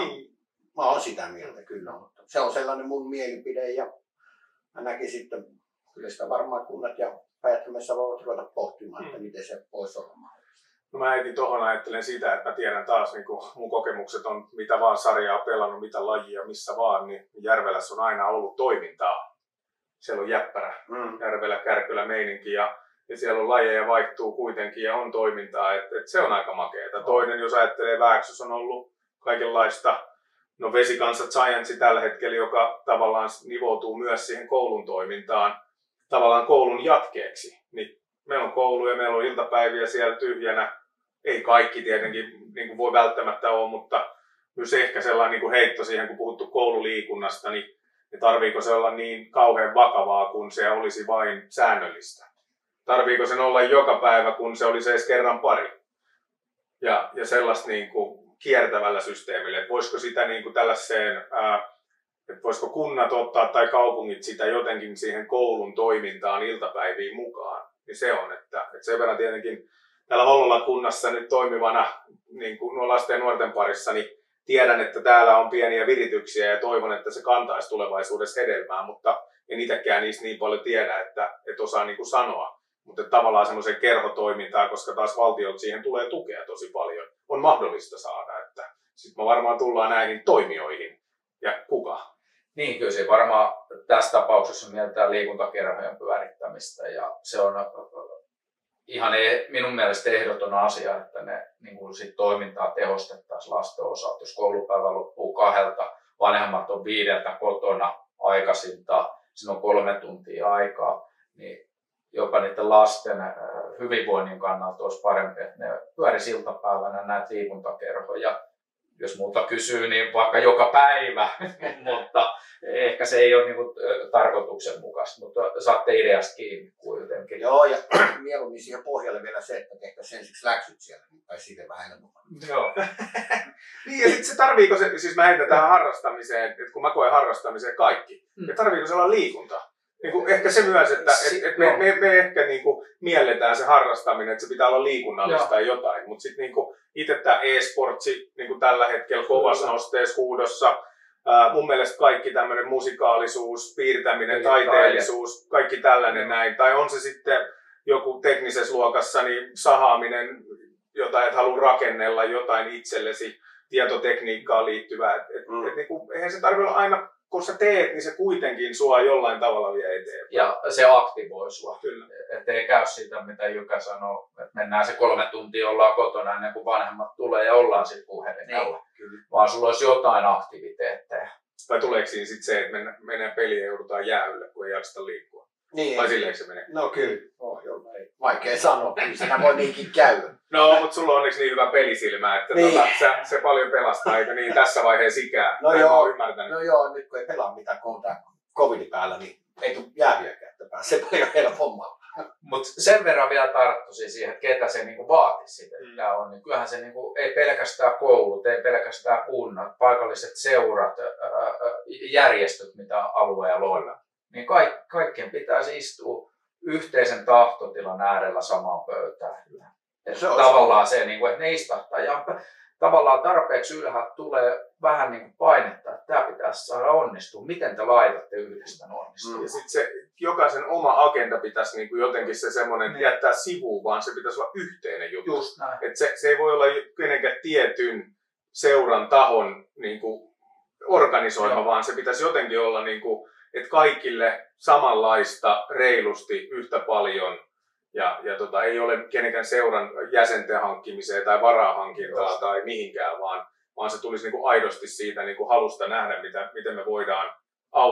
Mä oon sitä mieltä kyllä, mutta se on sellainen mun mielipide ja mä näkisin, että kyllä sitä varmaan kunnat ja Päijät-Hämeessä voivat ruveta pohtimaan, että miten se voisi olla mahdollista. No mä heti tuohon ajattelen sitä, että mä tiedän taas, niin kun mun kokemukset on mitä vaan sarjaa pelannut, mitä lajia, missä vaan, niin Järvelässä on aina ollut toimintaa. Siellä on jäppärä, Järvelä, Kärkylä meininki ja siellä on lajeja vaihtuu kuitenkin ja on toimintaa, että se on aika makeeta. Toinen, jos ajattelee Vääksyssä on ollut kaikenlaista, no Vesikansa Giants tällä hetkellä, joka tavallaan nivoutuu myös siihen koulun toimintaan, tavallaan koulun jatkeeksi. Niin meillä on koulu ja meillä on iltapäiviä siellä tyhjänä. Ei kaikki tietenkin niin kuin voi välttämättä olla, mutta myös ehkä sellainen niin kuin heitto siihen, kun puhuttu koululiikunnasta, niin tarviiko se olla niin kauhean vakavaa, kun se olisi vain säännöllistä? Tarviiko sen olla joka päivä, kun se olisi edes kerran pari? Ja sellaista niin kuin kiertävällä systeemillä, että voisiko sitä niin kuin tällaiseen, että voisiko kunnat ottaa tai kaupungit sitä jotenkin siihen koulun toimintaan iltapäiviin mukaan, niin se on, että sen verran tietenkin täällä Hollolan kunnassa nyt toimivana niin kuin nuo lasten ja nuorten parissa, niin tiedän, että täällä on pieniä virityksiä ja toivon, että se kantaisi tulevaisuudessa hedelmää, mutta en itsekään niistä niin paljon tiedä, että osaa niin kuin sanoa. Mutta tavallaan semmoisen kerhotoimintaa, koska taas valtiolta siihen tulee tukea tosi paljon, on mahdollista saada. Että sitten me varmaan tullaan näihin toimijoihin. Ja kuka? Niin, kyllä se varmaan tässä tapauksessa mietitään liikuntakerhojen pyörittämistä ja se on ihan minun mielestä ehdoton asia, että ne niin kuin sit toimintaa tehostettaisiin lasten osalta. Jos koulupäivä loppuu 2, vanhemmat on 5 kotona aikaisinta, siinä on 3 tuntia aikaa, niin jopa niiden lasten hyvinvoinnin kannalta olisi parempi, että ne pyörisi iltapäivänä näitä liikuntakerhoja. Jos muuta kysyy, niin vaikka joka päivä, mutta ehkä se ei ole niin kuin tarkoituksenmukaista, mutta saatte ideasta kiinni kuitenkin. Joo, ja mieluummin siihen pohjalle vielä se, että tehtäisiin ensiksi läksyt siellä, niin tai siitä vähän helpommin. Joo. Niin, ja sitten se tarviiko se, siis mä heitän tähän harrastamiseen, että kun mä koen harrastamiseen kaikki, ja tarviiko se olla liikunta? Niin kuin ehkä se myös, että me ehkä niin kuin mielletään se harrastaminen, että se pitää olla liikunnallista tai jotain, mutta sitten niin itse tämä e-sportsi niin tällä hetkellä kovassa nosteessa huudossa, mun mielestä kaikki tämmöinen musikaalisuus, piirtäminen, taiteellisuus, kaikki tällainen näin, tai on se sitten joku teknisessä luokassa, niin sahaaminen, jotain, että haluaa rakennella jotain itsellesi, tietotekniikkaan liittyvää, niin kuin, eihän se tarvitse olla aina, kun sä teet, niin se kuitenkin sua jollain tavalla vie eteenpäin. Ja se aktivoi sua. Kyllä. Että ei käy siitä, mitä Jykä sanoo, että mennään se 3 tuntia, ollaan kotona ennen kuin vanhemmat tulee ja ollaan sitten puhelimella. Niin, vaan sulla olisi jotain aktiviteetteja. Tai tuleeko siinä sitten se, että mennään peliin ja joudutaan jäähylle, kun ei jakseta liikkua? Niin. Vai silleen se menee? No kyllä. Vaikea sanoa, kyllä sitä voi niinkin käydä. No, mutta sulla on onneksi niin hyvä pelisilmä, että niin. Se paljon pelastaa, eikö niin tässä vaiheessa ikään? No joo, nyt kun ei pelaa mitään, kun on tämä covid päällä, niin ei tule jäähyäkään, että pääsee paljon helpommalla. Mutta sen verran vielä tarttuisin siihen, että ketä se niinku vaatisi sitä. Niin kyllähän se niinku, ei pelkästään koulut, ei pelkästään kunnat, paikalliset seurat, järjestöt, mitä alueella on. Niin kaikkien pitäisi istua yhteisen tahtotilan äärellä samaan pöytään. Se tavallaan se, että ne istahtaa ja tavallaan tarpeeksi ylhäältä tulee vähän niin kuin painetta, että tämä pitäisi saada onnistua. Miten te laitatte yhdessä onnistua? Ja sitten se jokaisen oma agenda pitäisi niin kuin jotenkin se semmoinen jättää sivuun, vaan se pitäisi olla yhteinen juttu. Just näin. Et se ei voi olla kenenkään tietyn seuran tahon niin kuin organisoima, vaan se pitäisi jotenkin olla, niin kuin, että kaikille samanlaista, reilusti, yhtä paljon. Ja ei ole kenenkään seuran jäsenten hankkimiseen tai varahankintaa tai mihinkään, vaan se tulisi niin kuin aidosti siitä niin kuin halusta nähdä, miten me voidaan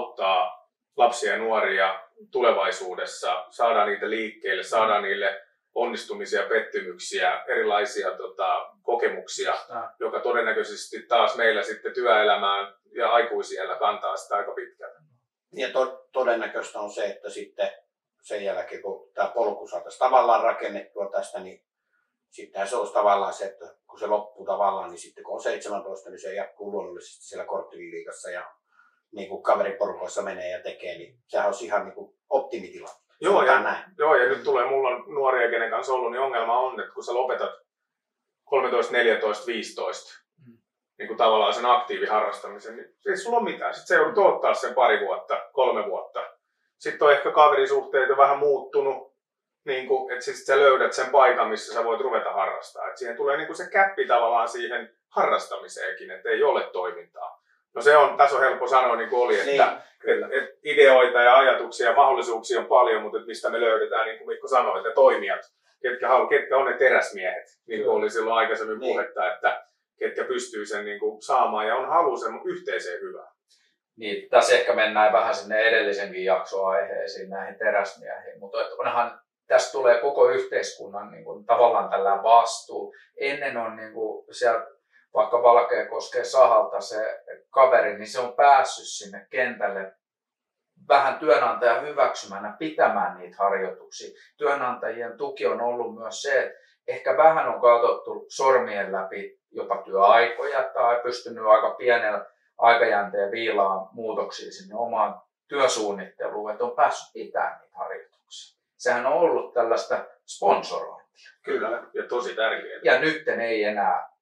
auttaa lapsia ja nuoria tulevaisuudessa, saada niitä liikkeelle, saada niille onnistumisia, pettymyksiä, erilaisia kokemuksia, joka todennäköisesti taas meillä sitten työelämään ja aikuisiellä kantaa sitä aika pitkälle. Ja todennäköistä on se, että sitten sen jälkeen, kun tämä polku saataisiin tavallaan rakennettua tästä, niin sittenhän se olisi tavallaan se, että kun se loppuu tavallaan, niin sitten kun on 17, niin se jatkuu luonnollisesti siellä kortteliliigassa ja niin kuin kaveriporukoissa menee ja tekee, niin sehän olisi ihan niin kuin optimitila. Joo, ja nyt mulla on nuoria, kenen kanssa ollut, niin ongelma on, että kun sä lopetat 13, 14, 15, niin kuin tavallaan sen aktiiviharrastamisen, niin ei sulla ole mitään. Sitten sä joudut odottaa sen 2 vuotta, 3 vuotta. Sitten on ehkä kaverisuhteet jo vähän muuttunut, niin kuin, että sitten sä löydät sen paikan, missä sä voit ruveta harrastaa. Et siihen tulee niin kuin se käppi tavallaan siihen harrastamiseenkin, että ei ole toimintaa. No tässä on helppo sanoa niin kuin oli, että et ideoita ja ajatuksia ja mahdollisuuksia on paljon, mutta mistä me löydetään, niin kuin Mikko sanoi, että toimijat, ketkä on ne teräsmiehet, niin kuin oli silloin aikaisemmin puhetta, että ketkä pystyy sen niin kuin saamaan ja on halu sen yhteiseen hyvään. Niin, tässä ehkä mennään vähän sinne edellisenkin jaksoaiheisiin, näihin teräsmiehiin, mutta onhan tässä tulee koko yhteiskunnan niin kuin, tavallaan tällä vastuu. Ennen on niin kuin, siellä vaikka Valkeakosken sahalta se kaveri, niin se on päässyt sinne kentälle vähän työnantajan hyväksymänä pitämään niitä harjoituksia. Työnantajien tuki on ollut myös se, että ehkä vähän on katsottu sormien läpi jopa työaikoja tai pystynyt aika pienellä aikajänteen viilaan muutoksia sinne omaan työsuunnitteluun, että on päässyt pitämään niitä harjoituksia. Sehän on ollut tällaista sponsorointia. Kyllä, ja tosi tärkeää. Ja nyt ei enää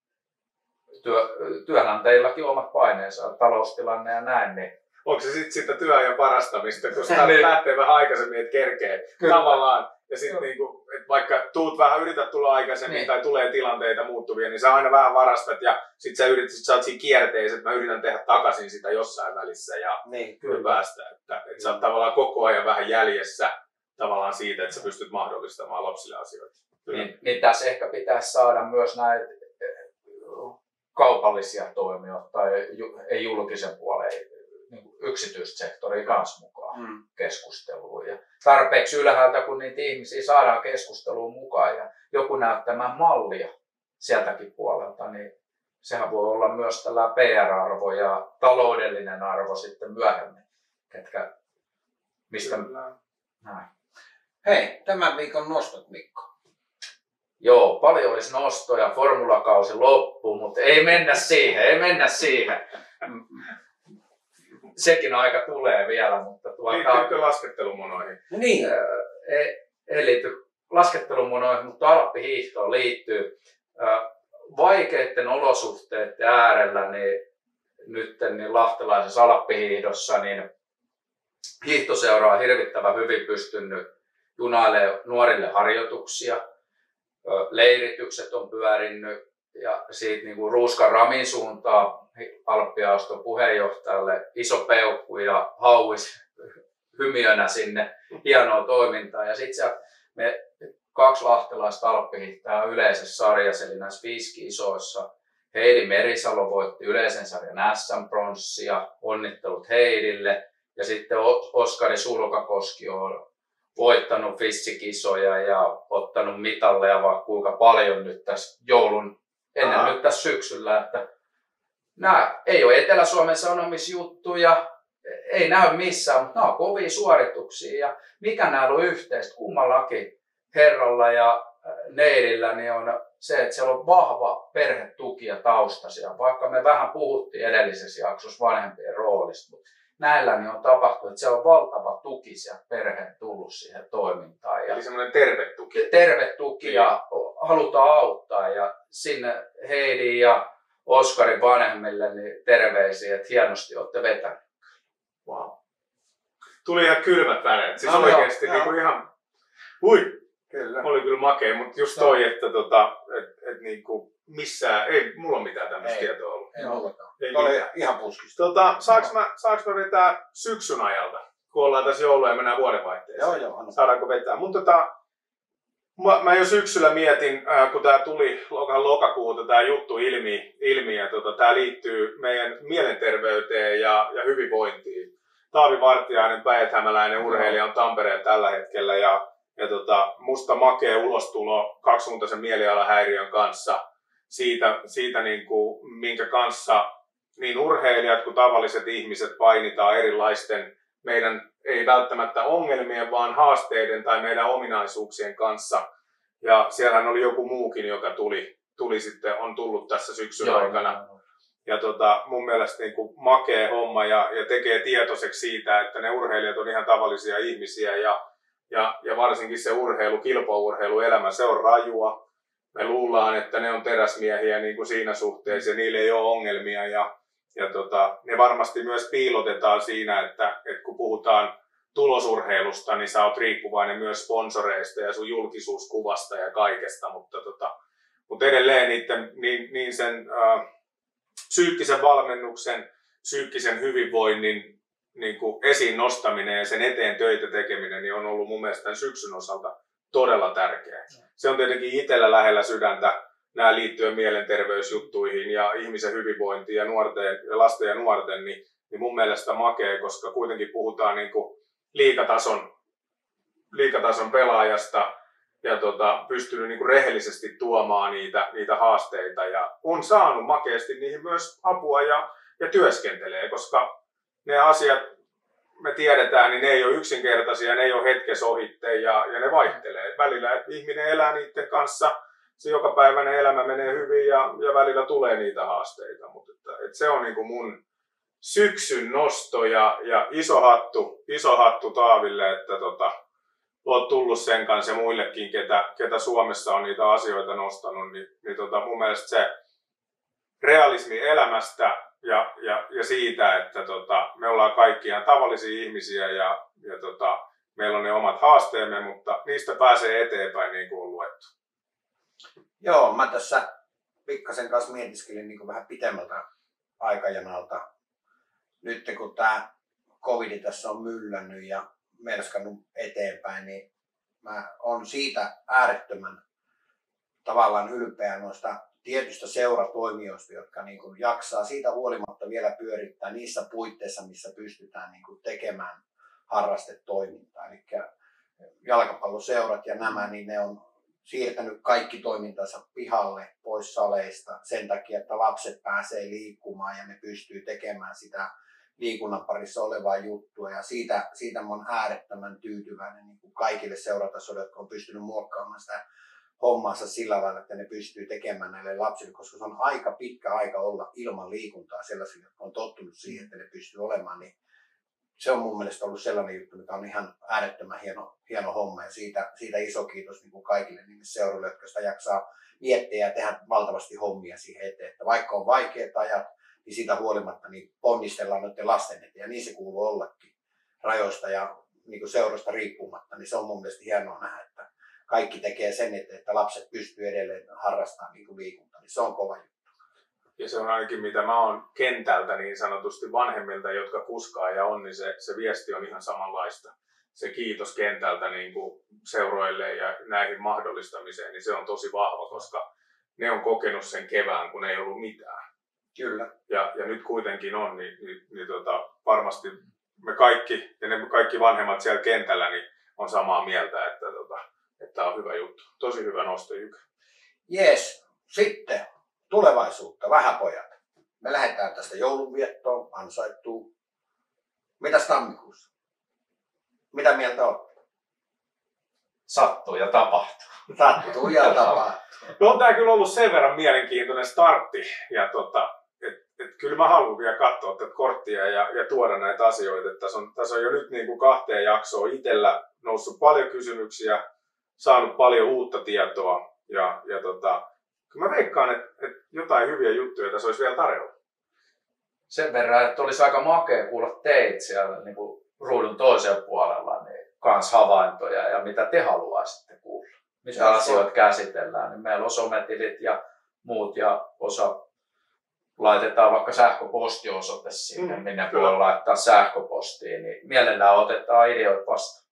työnantajillakin omat paineensa, taloustilanne ja näin. Niin onko se sitten sitä työajan parastamista, koska lähtee vähän aikaisemmin, että kerkee tavallaan. Ja sitten niinku, vaikka yrität tulla aikaisemmin niin, tai tulee tilanteita muuttuvia, niin sä aina vähän varastat ja sitten sä oot siinä kierteessä, että mä yritän tehdä takaisin sitä jossain välissä ja päästä. Että sä oot tavallaan koko ajan vähän jäljessä tavallaan siitä, että sä pystyt mahdollistamaan lapsille asioita. Niin tässä ehkä pitäisi saada myös näitä kaupallisia toimijoita tai ei julkisen puolen niin yksityistä sektoria kanssa mukaan keskusteluun. Ja tarpeeksi ylhäältä, kun niitä ihmisiä saadaan keskusteluun mukaan ja joku näyttämään mallia sieltäkin puolelta, niin sehän voi olla myös tällä PR-arvo ja taloudellinen arvo sitten myöhemmin. Mistä näin. Hei, tämän viikon nostot, Mikko. Joo, paljon olisi nostoja, formulakausi loppuu, mutta ei mennä siihen. Sekin aika tulee vielä, mutta liittyykö laskettelumunoihin? Niin. Ei liity laskettelumunoihin, mutta alppihiihtoon liittyy. Vaikeiden olosuhteiden äärellä niin lahtelaisessa alppihiihdossa niin hiihtoseura on hirvittävän hyvin pystynyt junailemaan nuorille harjoituksia. Leiritykset on pyörinyt ja siitä niin kuin Ruuskan Ramin suuntaan Alppiaoston puheenjohtajalle iso peukku ja hauis hymiönä sinne hienoa toimintaa. Ja sitten me 2 lahtelaista alppihiihtäjää yleisessä sarjassa, eli näissä 5 kisoissa. Heidi Merisalo voitti yleisen sarjan SM-pronssia, onnittelut Heidille. Ja sitten Oskari Sulkakoski on voittanut fissikisoja ja ottanut mitalleja vaikka kuinka paljon nyt tässä ennen nyt tässä syksyllä. Että nämä ei ole Etelä-Suomen Sanomisjuttuja, ei näy missään, mutta nämä on kovia suorituksia. Ja mikä näillä on yhteistä kummallakin herralla ja neidillä, niin on se, että siellä on vahva perhetuki ja taustasia. Vaikka me vähän puhuttiin edellisessä jaksossa vanhempien roolista, mutta näillä niin on tapahtunut, että se on valtava tuki sieltä perheen tullut siihen toimintaan. Eli semmoinen terve tuki. Terve tuki ja halutaan auttaa. Ja sinne Heidi ja Oskarin vanhemmille niin terveisiä, että hienosti olette vetäneet. Wow. Tuli ihan kylmät väreet. Siis oikeasti niin ihan kyllä. Oli kyllä makea, mutta just toi, että et niinku missään, ei mulla ole mitään tämmöistä tietoa ollut. Ei ollakaan. Oli ihan puskista. Saanko mä vetää syksyn ajalta, kun ollaan tässä joulua ja mennään vuodenvaihteeseen? Joo. Saadaanko vetää? Mä jo syksyllä mietin, kun tää tuli lokakuuta tää juttu ilmi ja tää liittyy meidän mielenterveyteen ja hyvinvointiin. Taavi Vartiainen, päijät-hämäläinen urheilija on Tampereella tällä hetkellä ja musta makea ulostulo kaksisuuntaisen mielialahäiriön kanssa siitä niin kuin, minkä kanssa niin urheilijat kuin tavalliset ihmiset painitaan erilaisten meidän ei välttämättä ongelmien, vaan haasteiden tai meidän ominaisuuksien kanssa. Ja siellähän oli joku muukin, joka tuli sitten, on tullut tässä syksyn aikana. Ja mun mielestä niin kuin makea homma ja tekee tietoiseksi siitä, että ne urheilijat on ihan tavallisia ihmisiä ja varsinkin se kilpaurheiluelämä, se on rajua. Me luullaan, että ne on teräsmiehiä niin kuin siinä suhteessa ja niillä ei ole ongelmia ja ne varmasti myös piilotetaan siinä, että kun puhutaan tulosurheilusta, niin sä oot riippuvainen myös sponsoreista ja sun julkisuuskuvasta ja kaikesta, mutta edelleen niin sen psyykkisen valmennuksen, psyykkisen hyvinvoinnin niin kuin esiin nostaminen ja sen eteen töitä tekeminen niin on ollut mun mielestä tämän syksyn osalta todella tärkeää. Se on tietenkin itsellä lähellä sydäntä nämä liittyen mielenterveysjuttuihin ja ihmisen hyvinvointiin ja lasten ja nuorten, niin mun mielestä makea, koska kuitenkin puhutaan niin kuin liigatason pelaajasta ja pystynyt niin kuin rehellisesti tuomaan niitä haasteita ja on saanut makeasti niihin myös apua ja työskentelee, koska ne asiat me tiedetään, niin ne ei ole yksinkertaisia, ne ei ole hetkessä ohitte ja ne vaihtelee. Välillä ihminen elää niiden kanssa, se jokapäiväinen elämä menee hyvin ja välillä tulee niitä haasteita, mutta se on niin kuin mun syksyn nosto ja iso hattu Taaville, että olet tullut sen kanssa ja muillekin, ketä Suomessa on niitä asioita nostanut, niin mun mielestä se realismi elämästä ja siitä, että me ollaan kaikki ihan tavallisia ihmisiä ja meillä on ne omat haasteemme, mutta niistä pääsee eteenpäin niin kuin on luettu. Joo, mä tässä pikkasen kanssa mietiskelin niin kuin vähän pitemmältä aikajanalta. Nyt kun tämä covid tässä on myllännyt ja melskannut eteenpäin, niin mä oon siitä äärettömän tavallaan ylpeä noista tietystä seuratoimijoista, jotka niin kuin jaksaa siitä huolimatta vielä pyörittää niissä puitteissa, missä pystytään niin kuin tekemään harrastetoimintaa. Eli jalkapalloseurat ja nämä, niin ne on siirtänyt kaikki toimintansa pihalle pois saleista sen takia, että lapset pääsee liikkumaan ja ne pystyy tekemään sitä liikunnan parissa olevaa juttua. Ja siitä mä oon äärettömän tyytyväinen niin kuin kaikille seuratasoille, jotka on pystynyt muokkaamaan sitä hommansa sillä lailla, että ne pystyy tekemään näille lapsille, koska se on aika pitkä aika olla ilman liikuntaa sellaisille, jotka on tottunut siihen, että ne pystyy olemaan. Niin se on mun mielestä ollut sellainen juttu, mikä on ihan äärettömän hieno homma ja siitä iso kiitos niin kuin kaikille niille seuroille, jotka sitä jaksaa miettiä ja tehdä valtavasti hommia siihen eteen. Että vaikka on vaikeat ajat, niin siitä huolimatta niin ponnistellaan noiden lasten eteen ja niin se kuuluu ollakin rajoista ja niin kuin seurasta riippumatta, niin se on mun mielestä hienoa nähdä, että kaikki tekee sen eteen, että lapset pystyy edelleen harrastamaan niin kuin liikuntaa, niin se on kova juttu. Ja se on ainakin mitä mä oon kentältä niin sanotusti vanhemmilta, jotka kuskaa ja on, niin se viesti on ihan samanlaista. Se kiitos kentältä niin kuin seuroille ja näihin mahdollistamiseen, niin se on tosi vahva, koska ne on kokenut sen kevään, kun ei ollut mitään. Kyllä. Ja nyt kuitenkin on, niin varmasti me kaikki ja ne kaikki vanhemmat siellä kentällä niin on samaa mieltä, että tämä on hyvä juttu. Tosi hyvä nosto, Jykä. Jees, sitten tulevaisuutta, vähäpojat. Me lähdetään tästä joulunviettoon, ansaittuu. Mitäs tammikuussa? Mitä mieltä olette? Sattuu ja tapahtuu. Sattuu ja tapahtuu. No on tää kyllä ollut sen verran mielenkiintoinen startti. Ja et kyllä mä haluan vielä katsoa tätä korttia ja tuoda näitä asioita. Tässä on jo nyt niin kuin 2 jaksoa itsellä noussut paljon kysymyksiä, saanut paljon uutta tietoa. Ja kyllä mä veikkaan, että jotain hyviä juttuja tässä olisi vielä tarjolla. Sen verran, että olisi aika makea kuulla teit siellä niin kuin ruudun toisella puolella, niin kans havaintoja ja mitä te haluaisitte kuulla. Mitä asioita käsitellään, niin meillä on sometilit ja muut ja osa laitetaan vaikka sähköpostiosoite sinne, minne voi laittaa sähköpostiin, niin mielellään otetaan ideoita vastaan.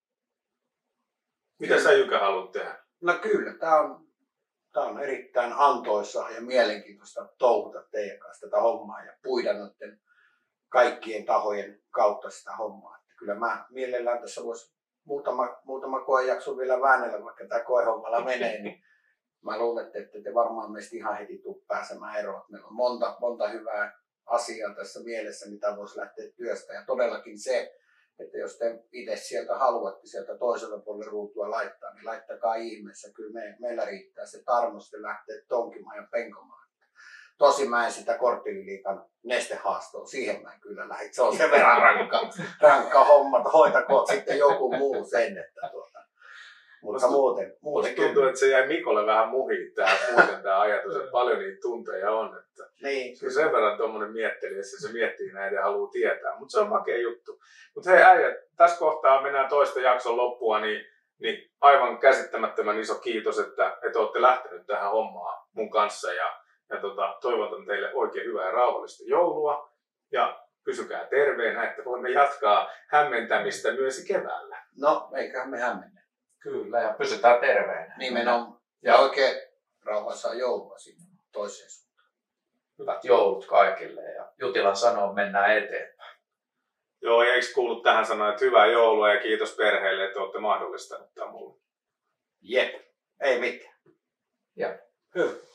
Mitä sä Jykä haluat tehdä? No kyllä, tää on erittäin antoisaa ja mielenkiintoista touhuta teidän kanssa tätä hommaa ja puida noiden kaikkien tahojen kautta sitä hommaa. Että kyllä mä mielellään tässä muutama koejakso vielä väännellä, vaikka tämä koehommalla menee, niin mä luulen, että te varmaan meistä ihan heti tuu pääsemään eroon. Meillä on monta hyvää asiaa tässä mielessä, mitä voisi lähteä työstä. Ja todellakin se, että jos te itse sieltä haluatte sieltä toisella puolella ruutua laittaa, niin laittakaa ihmeessä. Kyllä meillä riittää se tarmosti lähteä tonkimaan ja penkomaan. Tosin mä en sitä Kortteliliigan nestehaastoa, siihen mä en kyllä lähde. Se on sen verran rankka homma, hoitakoot sitten joku muu sen. Että mutta muuten tuntuu, että se jäi Mikolle vähän muhiin tämä ajatus, että paljon niitä tunteja on. Että niin. Se sen verran tuommoinen miettelijässä, se miettii näitä ja haluaa tietää, mutta se on makea juttu. Mutta hei äijät, tässä kohtaa mennään toista jakson loppua, niin aivan käsittämättömän iso kiitos, että olette lähtenyt tähän hommaan mun kanssa ja toivotan teille oikein hyvää ja rauhallista joulua ja pysykää terveenä, että voimme jatkaa hämmentämistä myös keväällä. No, eiköhän me hämmennä. Kyllä, ja pysytään terveenä. Nimenomaan. Ja oikein rauhaisaa joulua sinne toiseen suuntaan. Hyvät joulut kaikille ja Jutilan sanoo, mennään eteenpäin. Joo, eikö kuulu tähän sanoa, että hyvää joulua ja kiitos perheelle, että olette mahdollistaneet tämän mulle. Jep, ei mitään. Ja. Hyvä.